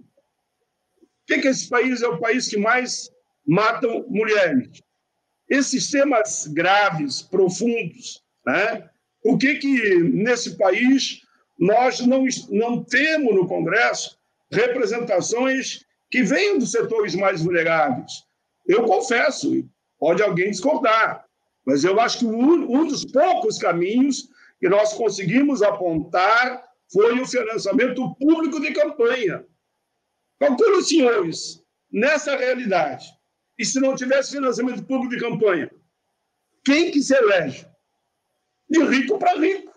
Por que, que esse país é o país que mais matam mulheres? Esses temas graves, profundos, né? O que que, nesse país, nós não, não temos no Congresso representações que venham dos setores mais vulneráveis? Eu confesso, pode alguém discordar, mas eu acho que um, um dos poucos caminhos que nós conseguimos apontar foi o financiamento público de campanha. Calculem, senhores, nessa realidade, e se não tivesse financiamento público de campanha, quem que se elege? De rico para rico.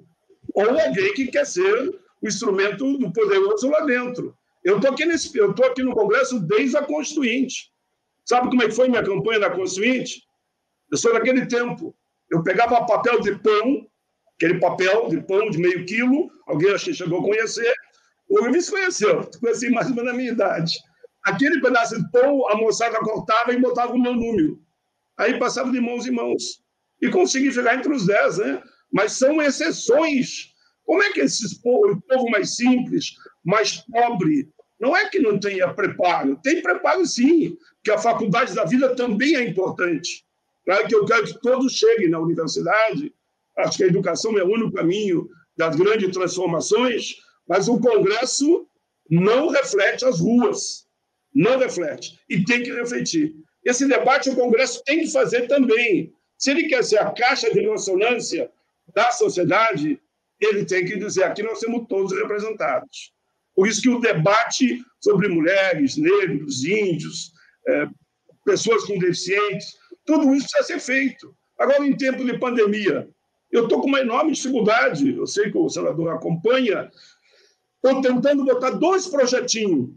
Ou alguém que quer ser o instrumento do poderoso lá dentro. Eu estou aqui, nesse, eu estou aqui no Congresso desde a Constituinte. Sabe como é que foi minha campanha na Constituinte? Eu sou daquele tempo. Eu pegava papel de pão, aquele papel de pão de meio quilo, alguém acho que chegou a conhecer, o Luiz conheceu, conheci mais ou menos na minha idade. Aquele pedaço de pão, a moçada cortava e botava o meu número. Aí passava de mãos em mãos. E consegui ficar entre os dez, né? Mas são exceções. Como é que esses povo, o povo mais simples, mais pobre, não é que não tenha preparo? Tem preparo, sim, porque a faculdade da vida também é importante. Claro que eu quero que todos cheguem na universidade, acho que a educação é o único caminho das grandes transformações, mas o Congresso não reflete as ruas, não reflete, e tem que refletir. Esse debate o Congresso tem que fazer também. Se ele quer ser a caixa de ressonância da sociedade, ele tem que dizer, aqui nós temos todos representados. Por isso que o debate sobre mulheres, negros, índios, é, pessoas com deficientes, tudo isso precisa ser feito. Agora, em tempo de pandemia, eu estou com uma enorme dificuldade, eu sei que o senador acompanha, estou tentando botar dois projetinhos.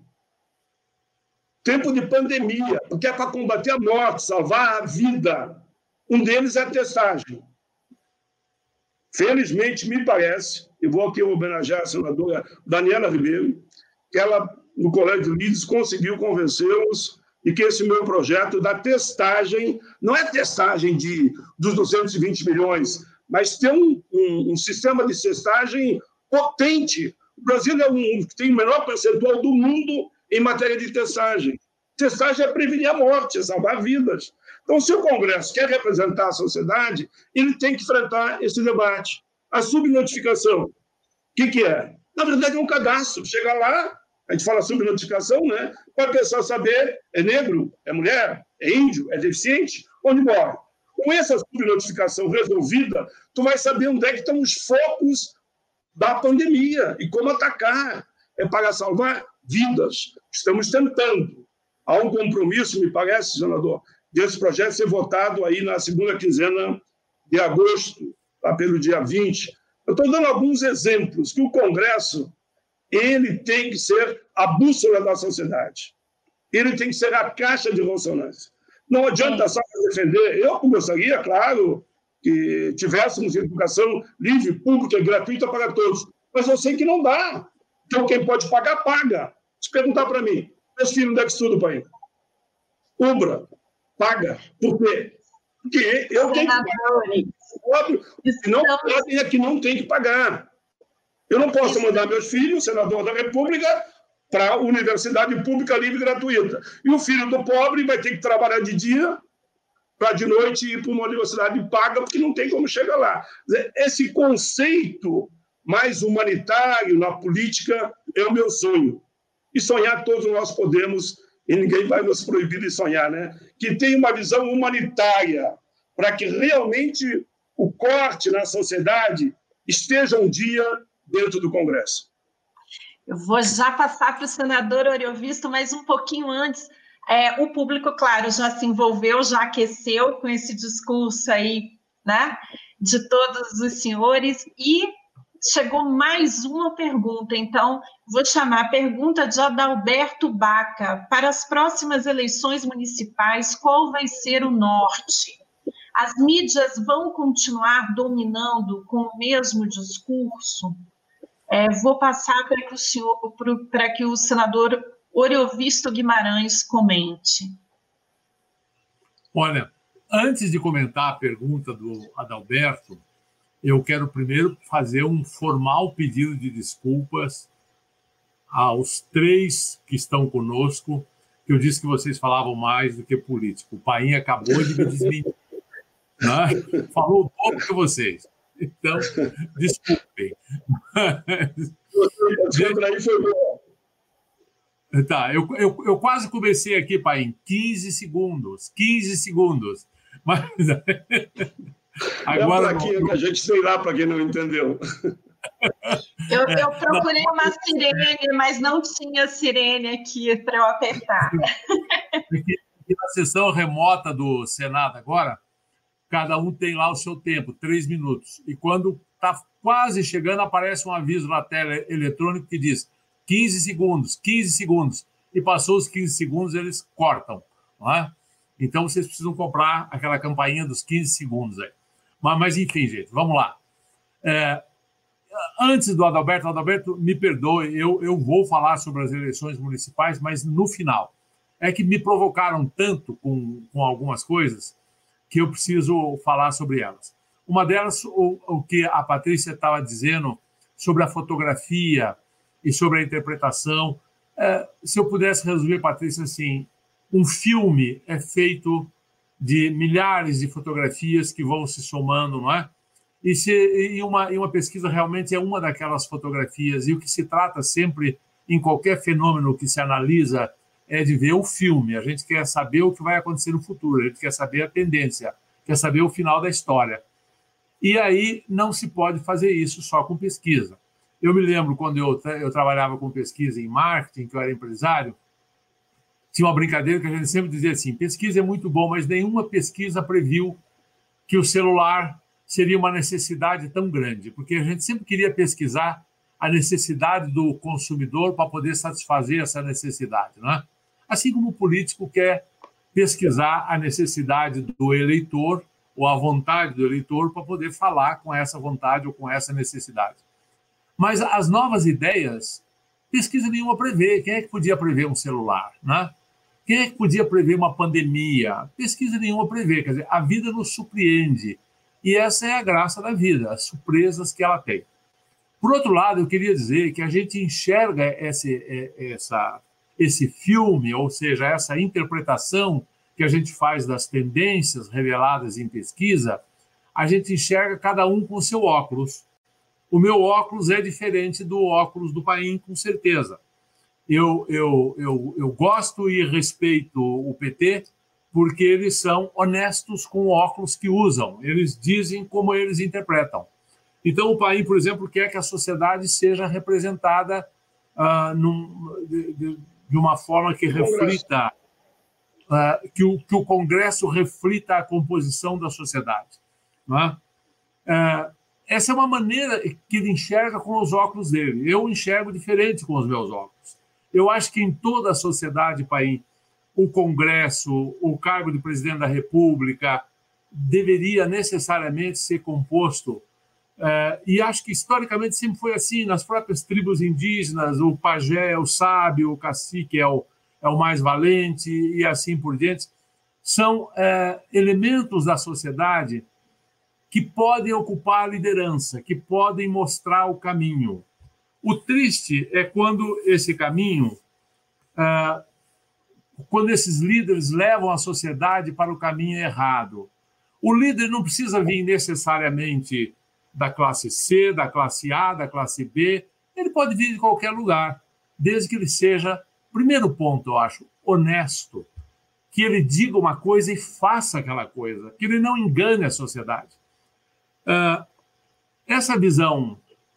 Tempo de pandemia, porque é para combater a morte, salvar a vida. Um deles é a testagem. Felizmente, me parece, e vou aqui homenagear a senadora Daniela Ribeiro, que ela, no Colégio de Líderes, conseguiu convencê-los de que esse meu projeto da testagem, não é testagem de, dos duzentos e vinte milhões, mas ter um, um, um sistema de testagem potente. O Brasil é um, tem o menor percentual do mundo em matéria de testagem. Testagem é prevenir a morte, é salvar vidas. Então, se o Congresso quer representar a sociedade, ele tem que enfrentar esse debate. A subnotificação, o que, que é? Na verdade, é um cadastro. Chega lá, a gente fala subnotificação, né? Para a pessoa saber, é negro, é mulher, é índio, é deficiente, onde mora. Com essa subnotificação resolvida, tu vai saber onde é que estão os focos da pandemia e como atacar. É para salvar vidas. Estamos tentando. Há um compromisso, me parece, senador, desse projeto ser votado aí na segunda quinzena de agosto, lá pelo dia vinte. Eu estou dando alguns exemplos que o Congresso ele tem que ser a bússola da sociedade. Ele tem que ser a caixa de ressonância. Não adianta só defender. Eu gostaria, claro, que tivéssemos educação livre, pública e gratuita para todos. Mas eu sei que não dá. Então, quem pode pagar, paga. Se perguntar para mim, meus filhos onde é que estudam, pai? Ubra, paga. Por quê? Porque eu tenho que pagar. Se não podem, é que não tem que pagar. Eu não posso mandar meus filhos, senador da República, para a universidade pública livre e gratuita. E o filho do pobre vai ter que trabalhar de dia para de noite ir para uma universidade paga, porque não tem como chegar lá. Esse conceito mais humanitário na política é o meu sonho. E sonhar todos nós podemos, e ninguém vai nos proibir de sonhar, né? Que tenha uma visão humanitária, para que realmente o corte na sociedade esteja um dia dentro do Congresso. Eu vou já passar para o senador Oriovisto, mas um pouquinho antes, é, o público, claro, já se envolveu, já aqueceu com esse discurso aí, né, de todos os senhores, e chegou mais uma pergunta, então vou chamar a pergunta de Adalberto Baca. Para as próximas eleições municipais, qual vai ser o norte? As mídias vão continuar dominando com o mesmo discurso? É, vou passar para que o senhor, para que o senador Oriovisto Guimarães comente. Olha, antes de comentar a pergunta do Adalberto, eu quero primeiro fazer um formal pedido de desculpas aos três que estão conosco, que eu disse que vocês falavam mais do que político. O Paim acabou de me desmentir, né? Falou um pouco que vocês. Então, desculpem. Tá, eu, eu, eu quase comecei aqui, Paim, quinze segundos, quinze segundos. Mas agora é não... que a gente sei lá para quem não entendeu. Eu, eu procurei não. uma sirene, mas não tinha sirene aqui para eu apertar. Porque na sessão remota do Senado agora, cada um tem lá o seu tempo, três minutos. E quando está quase chegando, aparece um aviso na tela eletrônica que diz quinze segundos, quinze segundos. E passou os quinze segundos, eles cortam. Não é? Então, vocês precisam comprar aquela campainha dos quinze segundos aí. Mas, mas enfim, gente, vamos lá. É, antes do Adalberto, Adalberto, me perdoe, eu, eu vou falar sobre as eleições municipais, mas no final. É que me provocaram tanto com, com algumas coisas que eu preciso falar sobre elas. Uma delas, o, o que a Patrícia estava dizendo sobre a fotografia e sobre a interpretação. É, se eu pudesse resumir, Patrícia, assim, um filme é feito de milhares de fotografias que vão se somando, não é? E, se, e, uma, e uma pesquisa realmente é uma daquelas fotografias, e o que se trata sempre, em qualquer fenômeno que se analisa, é de ver o filme. A gente quer saber o que vai acontecer no futuro, a gente quer saber a tendência, quer saber o final da história. E aí não se pode fazer isso só com pesquisa. Eu me lembro quando eu, eu trabalhava com pesquisa em marketing, que eu era empresário, tinha uma brincadeira que a gente sempre dizia assim, pesquisa é muito bom, mas nenhuma pesquisa previu que o celular seria uma necessidade tão grande, porque a gente sempre queria pesquisar a necessidade do consumidor para poder satisfazer essa necessidade, não é? Assim como o político quer pesquisar a necessidade do eleitor ou a vontade do eleitor para poder falar com essa vontade ou com essa necessidade. Mas as novas ideias, pesquisa nenhuma prevê. Quem é que podia prever um celular, né? Quem é que podia prever uma pandemia? Pesquisa nenhuma prevê. Quer dizer, a vida nos surpreende. E essa é a graça da vida, as surpresas que ela tem. Por outro lado, eu queria dizer que a gente enxerga esse, essa, esse filme, ou seja, essa interpretação que a gente faz das tendências reveladas em pesquisa, a gente enxerga cada um com o seu óculos. O meu óculos é diferente do óculos do Paim, com certeza. Eu, eu, eu, eu gosto e respeito o P T porque eles são honestos com o óculos que usam. Eles dizem como eles interpretam. Então, o Paim, por exemplo, quer que a sociedade seja representada uh, num, de, de, de uma forma que reflita, uh, que, o, que o Congresso reflita a composição da sociedade. Não é? Uh, essa é uma maneira que ele enxerga com os óculos dele. Eu enxergo diferente com os meus óculos. Eu acho que em toda a sociedade, Paim, o Congresso, o cargo de presidente da República, deveria necessariamente ser composto, eh, e acho que historicamente sempre foi assim, nas próprias tribos indígenas, o pajé é o sábio, o cacique é o, é o mais valente, e assim por diante. São eh, elementos da sociedade que podem ocupar a liderança, que podem mostrar o caminho. O triste é quando esse caminho, ah, quando esses líderes levam a sociedade para o caminho errado. O líder não precisa vir necessariamente da classe C, da classe A, da classe B, ele pode vir de qualquer lugar, desde que ele seja, primeiro ponto, eu acho, honesto, que ele diga uma coisa e faça aquela coisa, que ele não engane a sociedade. Uh, essa visão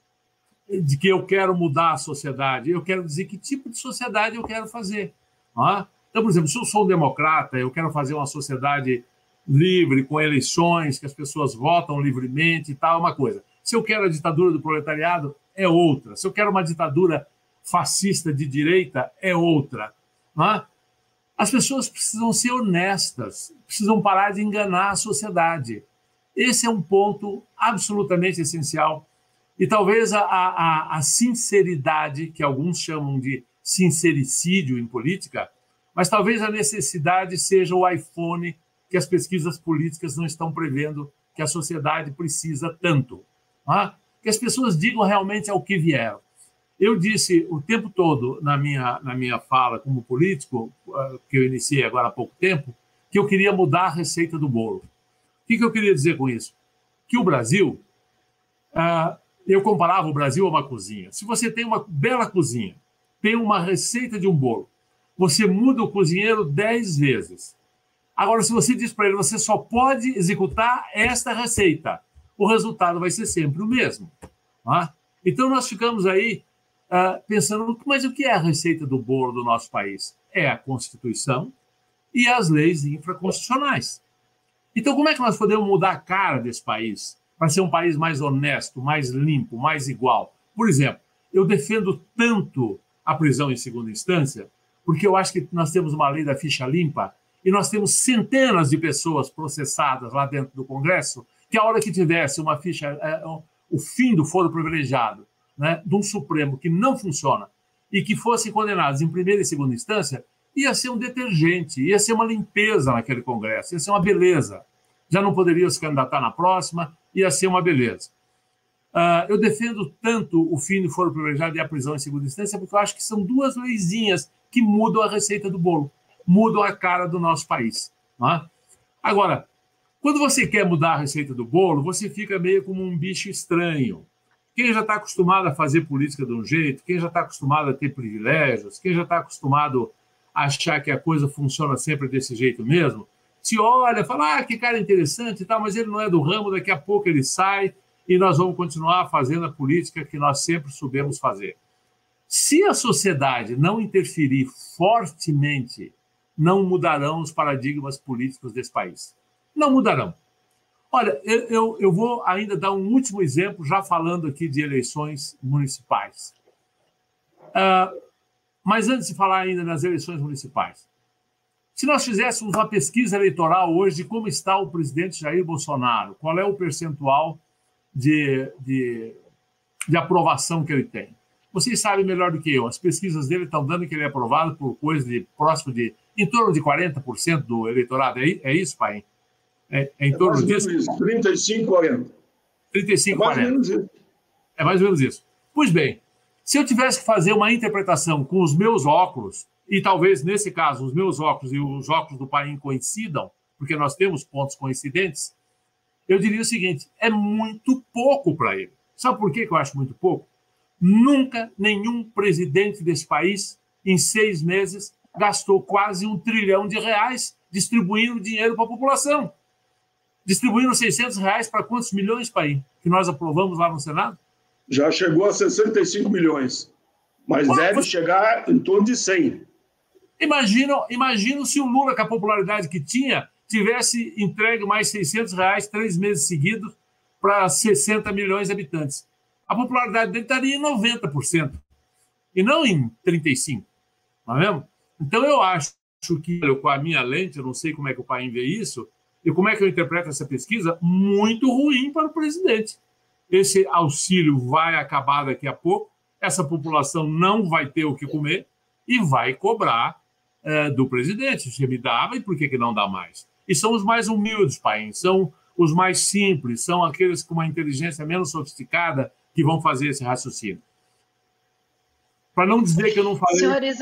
de que eu quero mudar a sociedade, eu quero dizer que tipo de sociedade eu quero fazer. Não? Então, por exemplo, se eu sou um democrata, eu quero fazer uma sociedade livre, com eleições, que as pessoas votam livremente e tal, uma coisa. Se eu quero a ditadura do proletariado, é outra. Se eu quero uma ditadura fascista de direita, é outra. Não? As pessoas precisam ser honestas, precisam parar de enganar a sociedade. Esse é um ponto absolutamente essencial. E talvez a, a, a sinceridade, que alguns chamam de sincericídio em política, mas talvez a necessidade seja o iPhone que as pesquisas políticas não estão prevendo que a sociedade precisa tanto. Não? Que as pessoas digam realmente ao que vieram. Eu disse o tempo todo na minha, na minha fala como político, que eu iniciei agora há pouco tempo, que eu queria mudar a receita do bolo. O que eu queria dizer com isso? Que o Brasil, uh, eu comparava o Brasil a uma cozinha. Se você tem uma bela cozinha, tem uma receita de um bolo, você muda o cozinheiro dez vezes. Agora, se você diz para ele, você só pode executar esta receita, o resultado vai ser sempre o mesmo. Tá? Então, nós ficamos aí uh, pensando, mas o que é a receita do bolo do nosso país? É a Constituição e as leis infraconstitucionais. Então, como é que nós podemos mudar a cara desse país para ser um país mais honesto, mais limpo, mais igual? Por exemplo, eu defendo tanto a prisão em segunda instância, porque eu acho que nós temos uma lei da ficha limpa e nós temos centenas de pessoas processadas lá dentro do Congresso, que a hora que tivesse uma ficha, é, o fim do foro privilegiado, né, de um Supremo que não funciona e que fossem condenados em primeira e segunda instância, ia ser um detergente, ia ser uma limpeza naquele Congresso, ia ser uma beleza. Já não poderia se candidatar na próxima, ia ser uma beleza. Uh, eu defendo tanto o fim do foro privilegiado e a prisão em segunda instância, porque eu acho que são duas leizinhas que mudam a receita do bolo, mudam a cara do nosso país. Não é? Agora, quando você quer mudar a receita do bolo, você fica meio como um bicho estranho. Quem já está acostumado a fazer política de um jeito, quem já está acostumado a ter privilégios, quem já está acostumado a achar que a coisa funciona sempre desse jeito mesmo, se olha, fala, ah, que cara interessante e tal, mas ele não é do ramo, daqui a pouco ele sai e nós vamos continuar fazendo a política que nós sempre soubemos fazer. Se a sociedade não interferir fortemente, não mudarão os paradigmas políticos desse país. Não mudarão. Olha, eu, eu, eu vou ainda dar um último exemplo, já falando aqui de eleições municipais. Uh, mas antes de falar ainda nas eleições municipais, se nós fizéssemos uma pesquisa eleitoral hoje de como está o presidente Jair Bolsonaro, qual é o percentual de, de, de aprovação que ele tem? Vocês sabem melhor do que eu, as pesquisas dele estão dando que ele é aprovado por coisa de próximo de, em torno de quarenta por cento do eleitorado. É, é isso, pai? É, é em é torno disso? trinta e cinco, quarenta. trinta e cinco, quarenta. É mais ou menos isso. É mais ou menos isso. Pois bem, se eu tivesse que fazer uma interpretação com os meus óculos, e talvez, nesse caso, os meus óculos e os óculos do Paim coincidam, porque nós temos pontos coincidentes, eu diria o seguinte, é muito pouco para ele. Sabe por que eu acho muito pouco? Nunca nenhum presidente desse país, em seis meses, gastou quase um trilhão de reais distribuindo dinheiro para a população. Distribuindo seiscentos reais para quantos milhões, Paim, que nós aprovamos lá no Senado? Já chegou a sessenta e cinco milhões, mas Pô, deve você... chegar em torno de cem. Imagina, imagina se o Lula, com a popularidade que tinha, tivesse entregue mais seiscentos reais três meses seguidos para sessenta milhões de habitantes. A popularidade dele estaria em noventa por cento, e não em trinta e cinco por cento. Não é mesmo? Então, eu acho que, com a minha lente, eu não sei como é que o Paim vê isso, e como é que eu interpreto essa pesquisa, muito ruim para o presidente. Esse auxílio vai acabar daqui a pouco, essa população não vai ter o que comer e vai cobrar é, do presidente. Se me dava, e por que, que não dá mais? E são os mais humildes, Paim, são os mais simples, são aqueles com uma inteligência menos sofisticada que vão fazer esse raciocínio. Para não dizer que eu não falei... Senhores,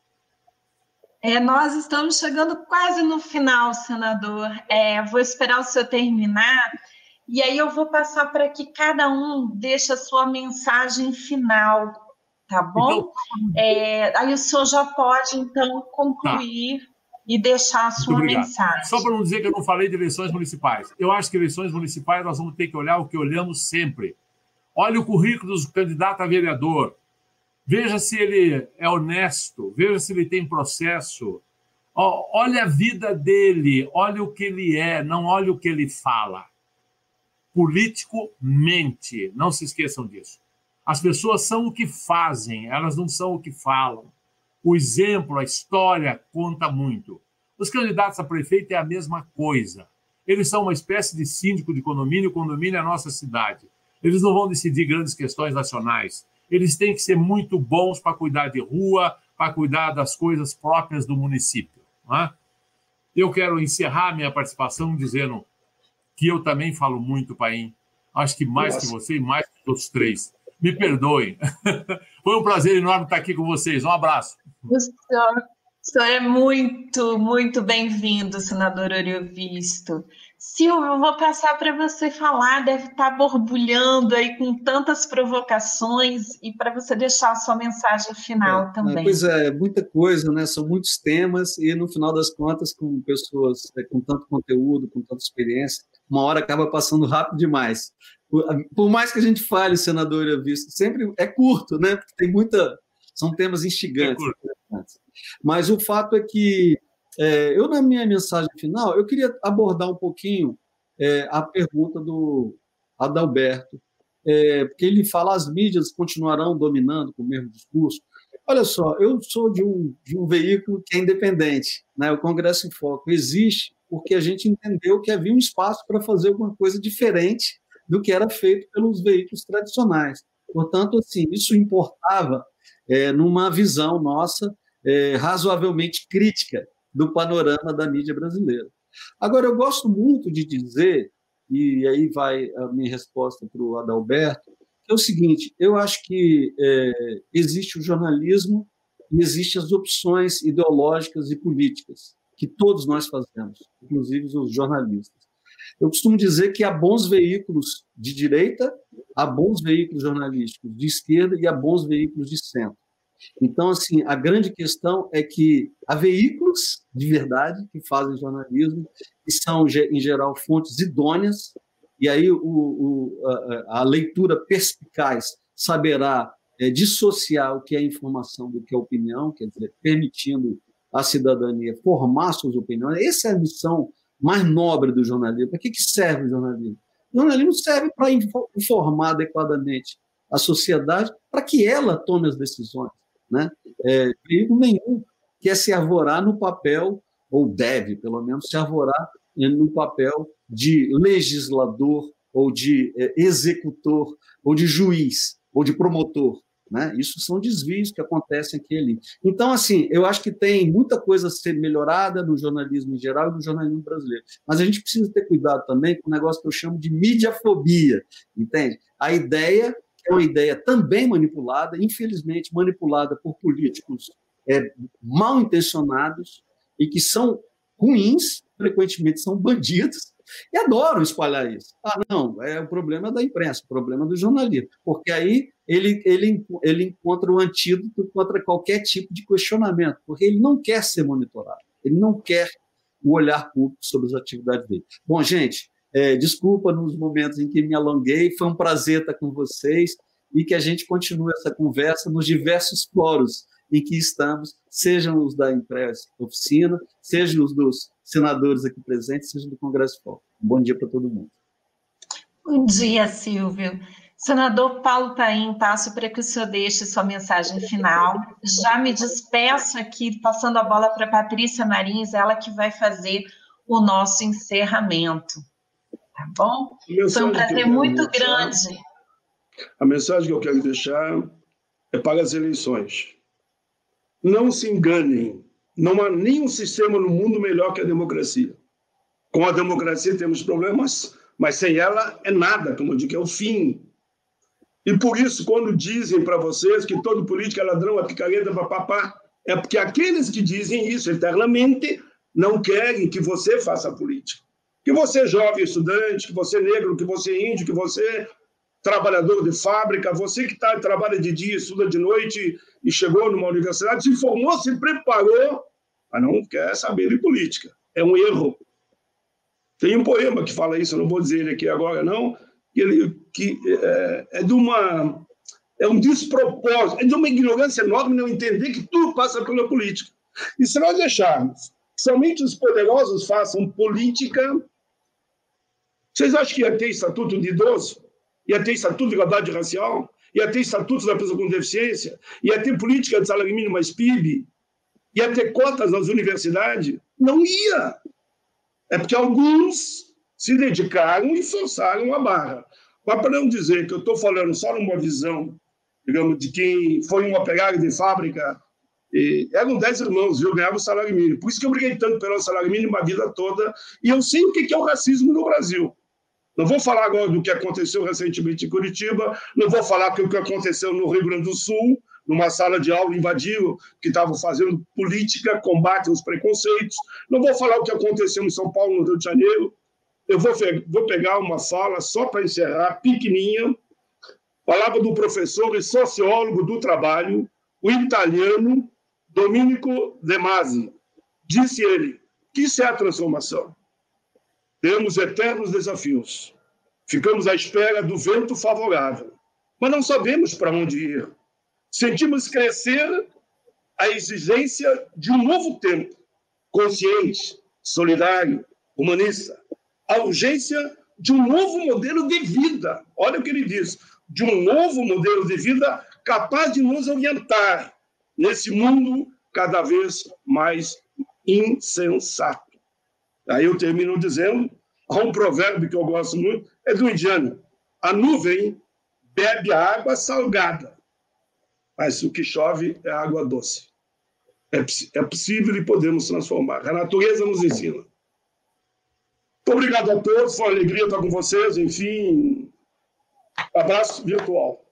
é, nós estamos chegando quase no final, senador. É, vou esperar o senhor terminar, e aí eu vou passar para que cada um deixe a sua mensagem final, tá bom? Então, é, aí o senhor já pode, então, concluir tá. e deixar a sua mensagem. Só para não dizer que eu não falei de eleições municipais. Eu acho que eleições municipais nós vamos ter que olhar o que olhamos sempre. Olha o currículo do candidato a vereador. Veja se ele é honesto, veja se ele tem processo. Olha a vida dele, olha o que ele é, não olha o que ele fala. Político mente, não se esqueçam disso. As pessoas são o que fazem, elas não são o que falam. O exemplo, a história conta muito. Os candidatos a prefeito é a mesma coisa. Eles são uma espécie de síndico de condomínio, o condomínio é a nossa cidade. Eles não vão decidir grandes questões nacionais. Eles têm que ser muito bons para cuidar de rua, para cuidar das coisas próprias do município. Não é? Eu quero encerrar minha participação dizendo que eu também falo muito, Paim. Acho que mais Nossa. que você e mais que os três. Me perdoem. Foi um prazer enorme estar aqui com vocês. Um abraço. O senhor, o senhor é muito, muito bem-vindo, senador Oriovisto. Silvio, eu vou passar para você falar, deve estar borbulhando aí com tantas provocações, e para você deixar a sua mensagem final é, também. Pois é, muita coisa, né? São muitos temas, e no final das contas, com pessoas é, com tanto conteúdo, com tanta experiência, uma hora acaba passando rápido demais. Por, por mais que a gente fale, senador Oriovisto, sempre é curto, né? Porque tem muita... São temas instigantes. É Mas o fato é que É, eu, na minha mensagem final, eu queria abordar um pouquinho é, a pergunta do Adalberto, é, porque ele fala as mídias continuarão dominando com o mesmo discurso. Olha só, eu sou de um, de um veículo que é independente, né? O Congresso em Foco existe porque a gente entendeu que havia um espaço para fazer alguma coisa diferente do que era feito pelos veículos tradicionais. Portanto, assim, isso importava é, numa visão nossa é, razoavelmente crítica do panorama da mídia brasileira. Agora, eu gosto muito de dizer, e aí vai a minha resposta para o Adalberto, que é o seguinte, eu acho que é, existe o jornalismo e existem as opções ideológicas e políticas que todos nós fazemos, inclusive os jornalistas. Eu costumo dizer que há bons veículos de direita, há bons veículos jornalísticos de esquerda e há bons veículos de centro. Então, assim, a grande questão é que há veículos de verdade que fazem jornalismo, que são, em geral, fontes idôneas, e aí o, o, a, a leitura perspicaz saberá é, dissociar o que é informação do que é opinião, quer dizer, permitindo à cidadania formar suas opiniões. Essa é a missão mais nobre do jornalismo. Para que, que serve o jornalismo? O jornalismo serve para informar adequadamente a sociedade para que ela tome as decisões. Né? É, perigo nenhum quer se arvorar no papel, ou deve, pelo menos, se arvorar no papel de legislador, ou de é, executor, ou de juiz, ou de promotor. Né? Isso são desvios que acontecem aqui e ali. Então, assim, eu acho que tem muita coisa a ser melhorada no jornalismo em geral e no jornalismo brasileiro. Mas a gente precisa ter cuidado também com um negócio que eu chamo de mediafobia, entende? A ideia é uma ideia também manipulada, infelizmente manipulada por políticos é, mal intencionados e que são ruins, frequentemente são bandidos, e adoram espalhar isso. Ah, não, é o problema da imprensa, o problema do jornalismo, porque aí ele, ele, ele encontra o antídoto contra qualquer tipo de questionamento, porque ele não quer ser monitorado, ele não quer o olhar público sobre as atividades dele. Bom, gente, É, desculpa nos momentos em que me alonguei, foi um prazer estar com vocês e que a gente continue essa conversa nos diversos fóruns em que estamos, sejam os da Impress Oficina, sejam os dos senadores aqui presentes, seja do Congresso Foco. Um bom dia para todo mundo. Bom dia, Silvio. Senador Paulo Paim, passo para que o senhor deixe sua mensagem final. Já me despeço aqui, passando a bola para a Patrícia Marins, ela que vai fazer o nosso encerramento. Tá bom? Foi um prazer muito deixar, grande. A mensagem que eu quero deixar é para as eleições. Não se enganem, não há nenhum sistema no mundo melhor que a democracia. Com a democracia temos problemas, mas sem ela é nada, como eu digo, é o fim. E por isso, quando dizem para vocês que todo político é ladrão, é picareta, papapá, é porque aqueles que dizem isso eternamente não querem que você faça política. Que você é jovem estudante, que você é negro, que você é índio, que você é trabalhador de fábrica, você que tá, trabalha de dia, estuda de noite e chegou numa universidade, se formou, se preparou, mas não quer saber de política. É um erro. Tem um poema que fala isso, eu não vou dizer ele aqui agora, não, que, ele, que é, é de uma... É um despropósito, é de uma ignorância enorme não entender que tudo passa pela política. E se nós deixarmos que somente os poderosos façam política, vocês acham que ia ter estatuto de idoso? Ia ter estatuto de igualdade racial? Ia ter estatuto da pessoa com deficiência? Ia ter política de salário mínimo mais P I B? Ia ter cotas nas universidades? Não ia. É porque alguns se dedicaram e forçaram a barra. Mas para não dizer que eu estou falando só numa visão, digamos, de quem foi um operário de fábrica, e eram dez irmãos, eu ganhava o salário mínimo. Por isso que eu briguei tanto pelo salário mínimo a vida toda, e eu sei o que é o racismo no Brasil. Não vou falar agora do que aconteceu recentemente em Curitiba, não vou falar do que aconteceu no Rio Grande do Sul, numa sala de aula invadiram, que estavam fazendo política, combate aos preconceitos. Não vou falar o que aconteceu em São Paulo, no Rio de Janeiro. Eu vou, vou pegar uma fala, só para encerrar, pequenininha, palavra do professor e sociólogo do trabalho, o italiano Domenico De Masi. Disse ele, que isso é a transformação. Temos eternos desafios. Ficamos à espera do vento favorável, mas não sabemos para onde ir. Sentimos crescer a exigência de um novo tempo, consciente, solidário, humanista. A urgência de um novo modelo de vida. Olha o que ele diz. De um novo modelo de vida capaz de nos orientar nesse mundo cada vez mais insensato. Aí eu termino dizendo, há um provérbio que eu gosto muito, é do indiano. A nuvem bebe a água salgada, mas o que chove é água doce. É, é possível e podemos transformar. A natureza nos ensina. Muito obrigado a todos, foi uma alegria estar com vocês. Enfim, abraço virtual.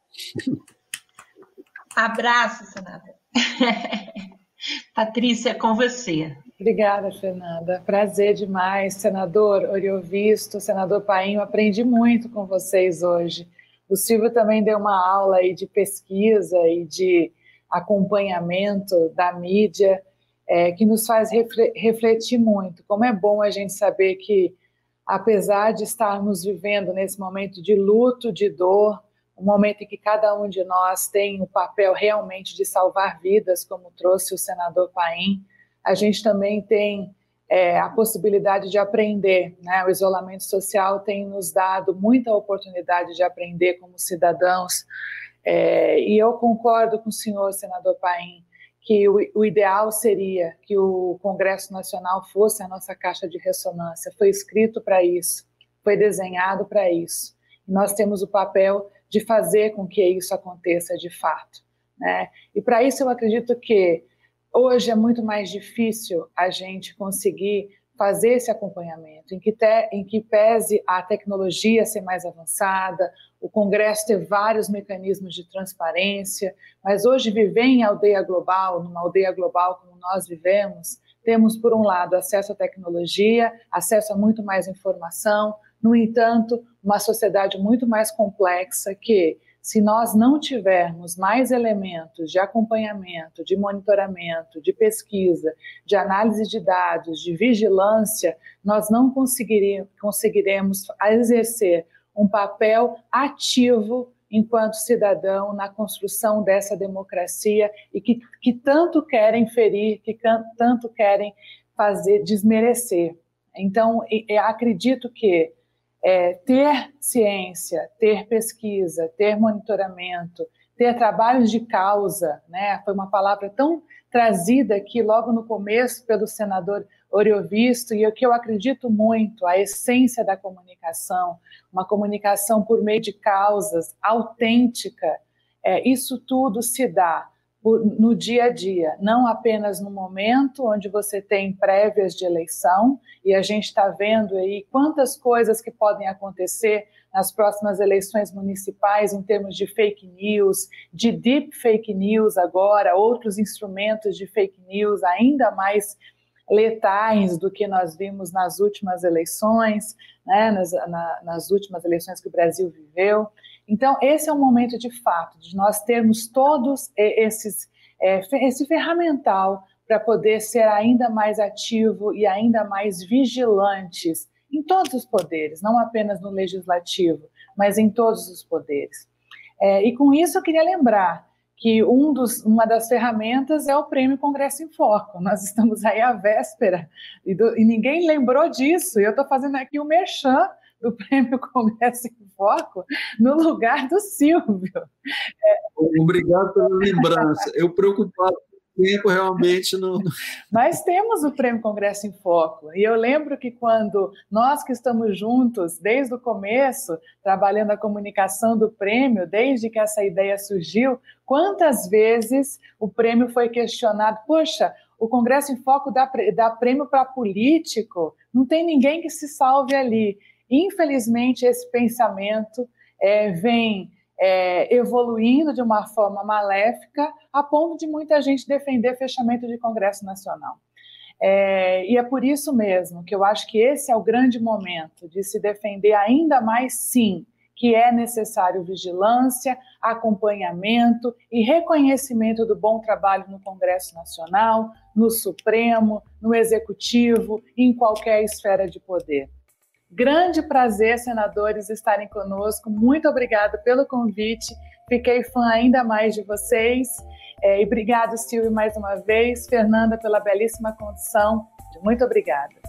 Abraço, senador. Patrícia, com você. Obrigada, Fernanda. Prazer demais. Senador Oriovisto, senador Paim, aprendi muito com vocês hoje. O Silvio também deu uma aula aí de pesquisa e de acompanhamento da mídia, é, que nos faz refletir muito. Como é bom a gente saber que, apesar de estarmos vivendo nesse momento de luto, de dor, um momento em que cada um de nós tem o papel realmente de salvar vidas, como trouxe o senador Paim, a gente também tem é, a possibilidade de aprender, né? O isolamento social tem nos dado muita oportunidade de aprender como cidadãos, é, e eu concordo com o senhor, senador Paim, que o, o ideal seria que o Congresso Nacional fosse a nossa caixa de ressonância. Foi escrito para isso, foi desenhado para isso. E nós temos o papel de fazer com que isso aconteça de fato, né? E para isso eu acredito que hoje é muito mais difícil a gente conseguir fazer esse acompanhamento, em que, te, em que pese a tecnologia ser mais avançada, o Congresso ter vários mecanismos de transparência, mas hoje viver em aldeia global, numa aldeia global como nós vivemos, temos, por um lado, acesso à tecnologia, acesso a muito mais informação, no entanto, uma sociedade muito mais complexa que, se nós não tivermos mais elementos de acompanhamento, de monitoramento, de pesquisa, de análise de dados, de vigilância, nós não conseguiremos, conseguiremos exercer um papel ativo enquanto cidadão na construção dessa democracia e que, que tanto querem ferir, que tanto querem fazer desmerecer. Então, eu acredito que é, ter ciência, ter pesquisa, ter monitoramento, ter trabalhos de causa, né? Foi uma palavra tão trazida aqui logo no começo pelo senador Oriovisto, e o que eu acredito muito, a essência da comunicação, uma comunicação por meio de causas, autêntica, é, isso tudo se dá por, no dia a dia, não apenas no momento onde você tem prévias de eleição, e a gente está vendo aí quantas coisas que podem acontecer nas próximas eleições municipais em termos de fake news, de deep fake news agora, outros instrumentos de fake news ainda mais letais do que nós vimos nas últimas eleições, né, nas, na, nas últimas eleições que o Brasil viveu. Então, esse é um momento de fato, de nós termos todos esses, é, esse ferramental para poder ser ainda mais ativo e ainda mais vigilantes em todos os poderes, não apenas no legislativo, mas em todos os poderes. É, e com isso eu queria lembrar que um dos, uma das ferramentas é o Prêmio Congresso em Foco. Nós estamos aí à véspera, e, do, e ninguém lembrou disso, e eu estou fazendo aqui o um merchan do Prêmio Congresso em Foco no lugar do Silvio. É... Obrigado pela lembrança. Eu preocupado com o tempo realmente não... Mas temos o Prêmio Congresso em Foco, e eu lembro que quando nós que estamos juntos desde o começo, trabalhando a comunicação do prêmio, desde que essa ideia surgiu, quantas vezes o prêmio foi questionado, poxa, o Congresso em Foco dá, dá prêmio para político, não tem ninguém que se salve ali. Infelizmente, esse pensamento é, vem é, evoluindo de uma forma maléfica a ponto de muita gente defender fechamento de Congresso Nacional. É, e é por isso mesmo que eu acho que esse é o grande momento de se defender ainda mais, sim, que é necessário vigilância, acompanhamento e reconhecimento do bom trabalho no Congresso Nacional, no Supremo, no Executivo e em qualquer esfera de poder. Grande prazer, senadores, estarem conosco. Muito obrigada pelo convite. Fiquei fã ainda mais de vocês. É, e obrigado, Silvio, mais uma vez. Fernanda, pela belíssima condução. Muito obrigada.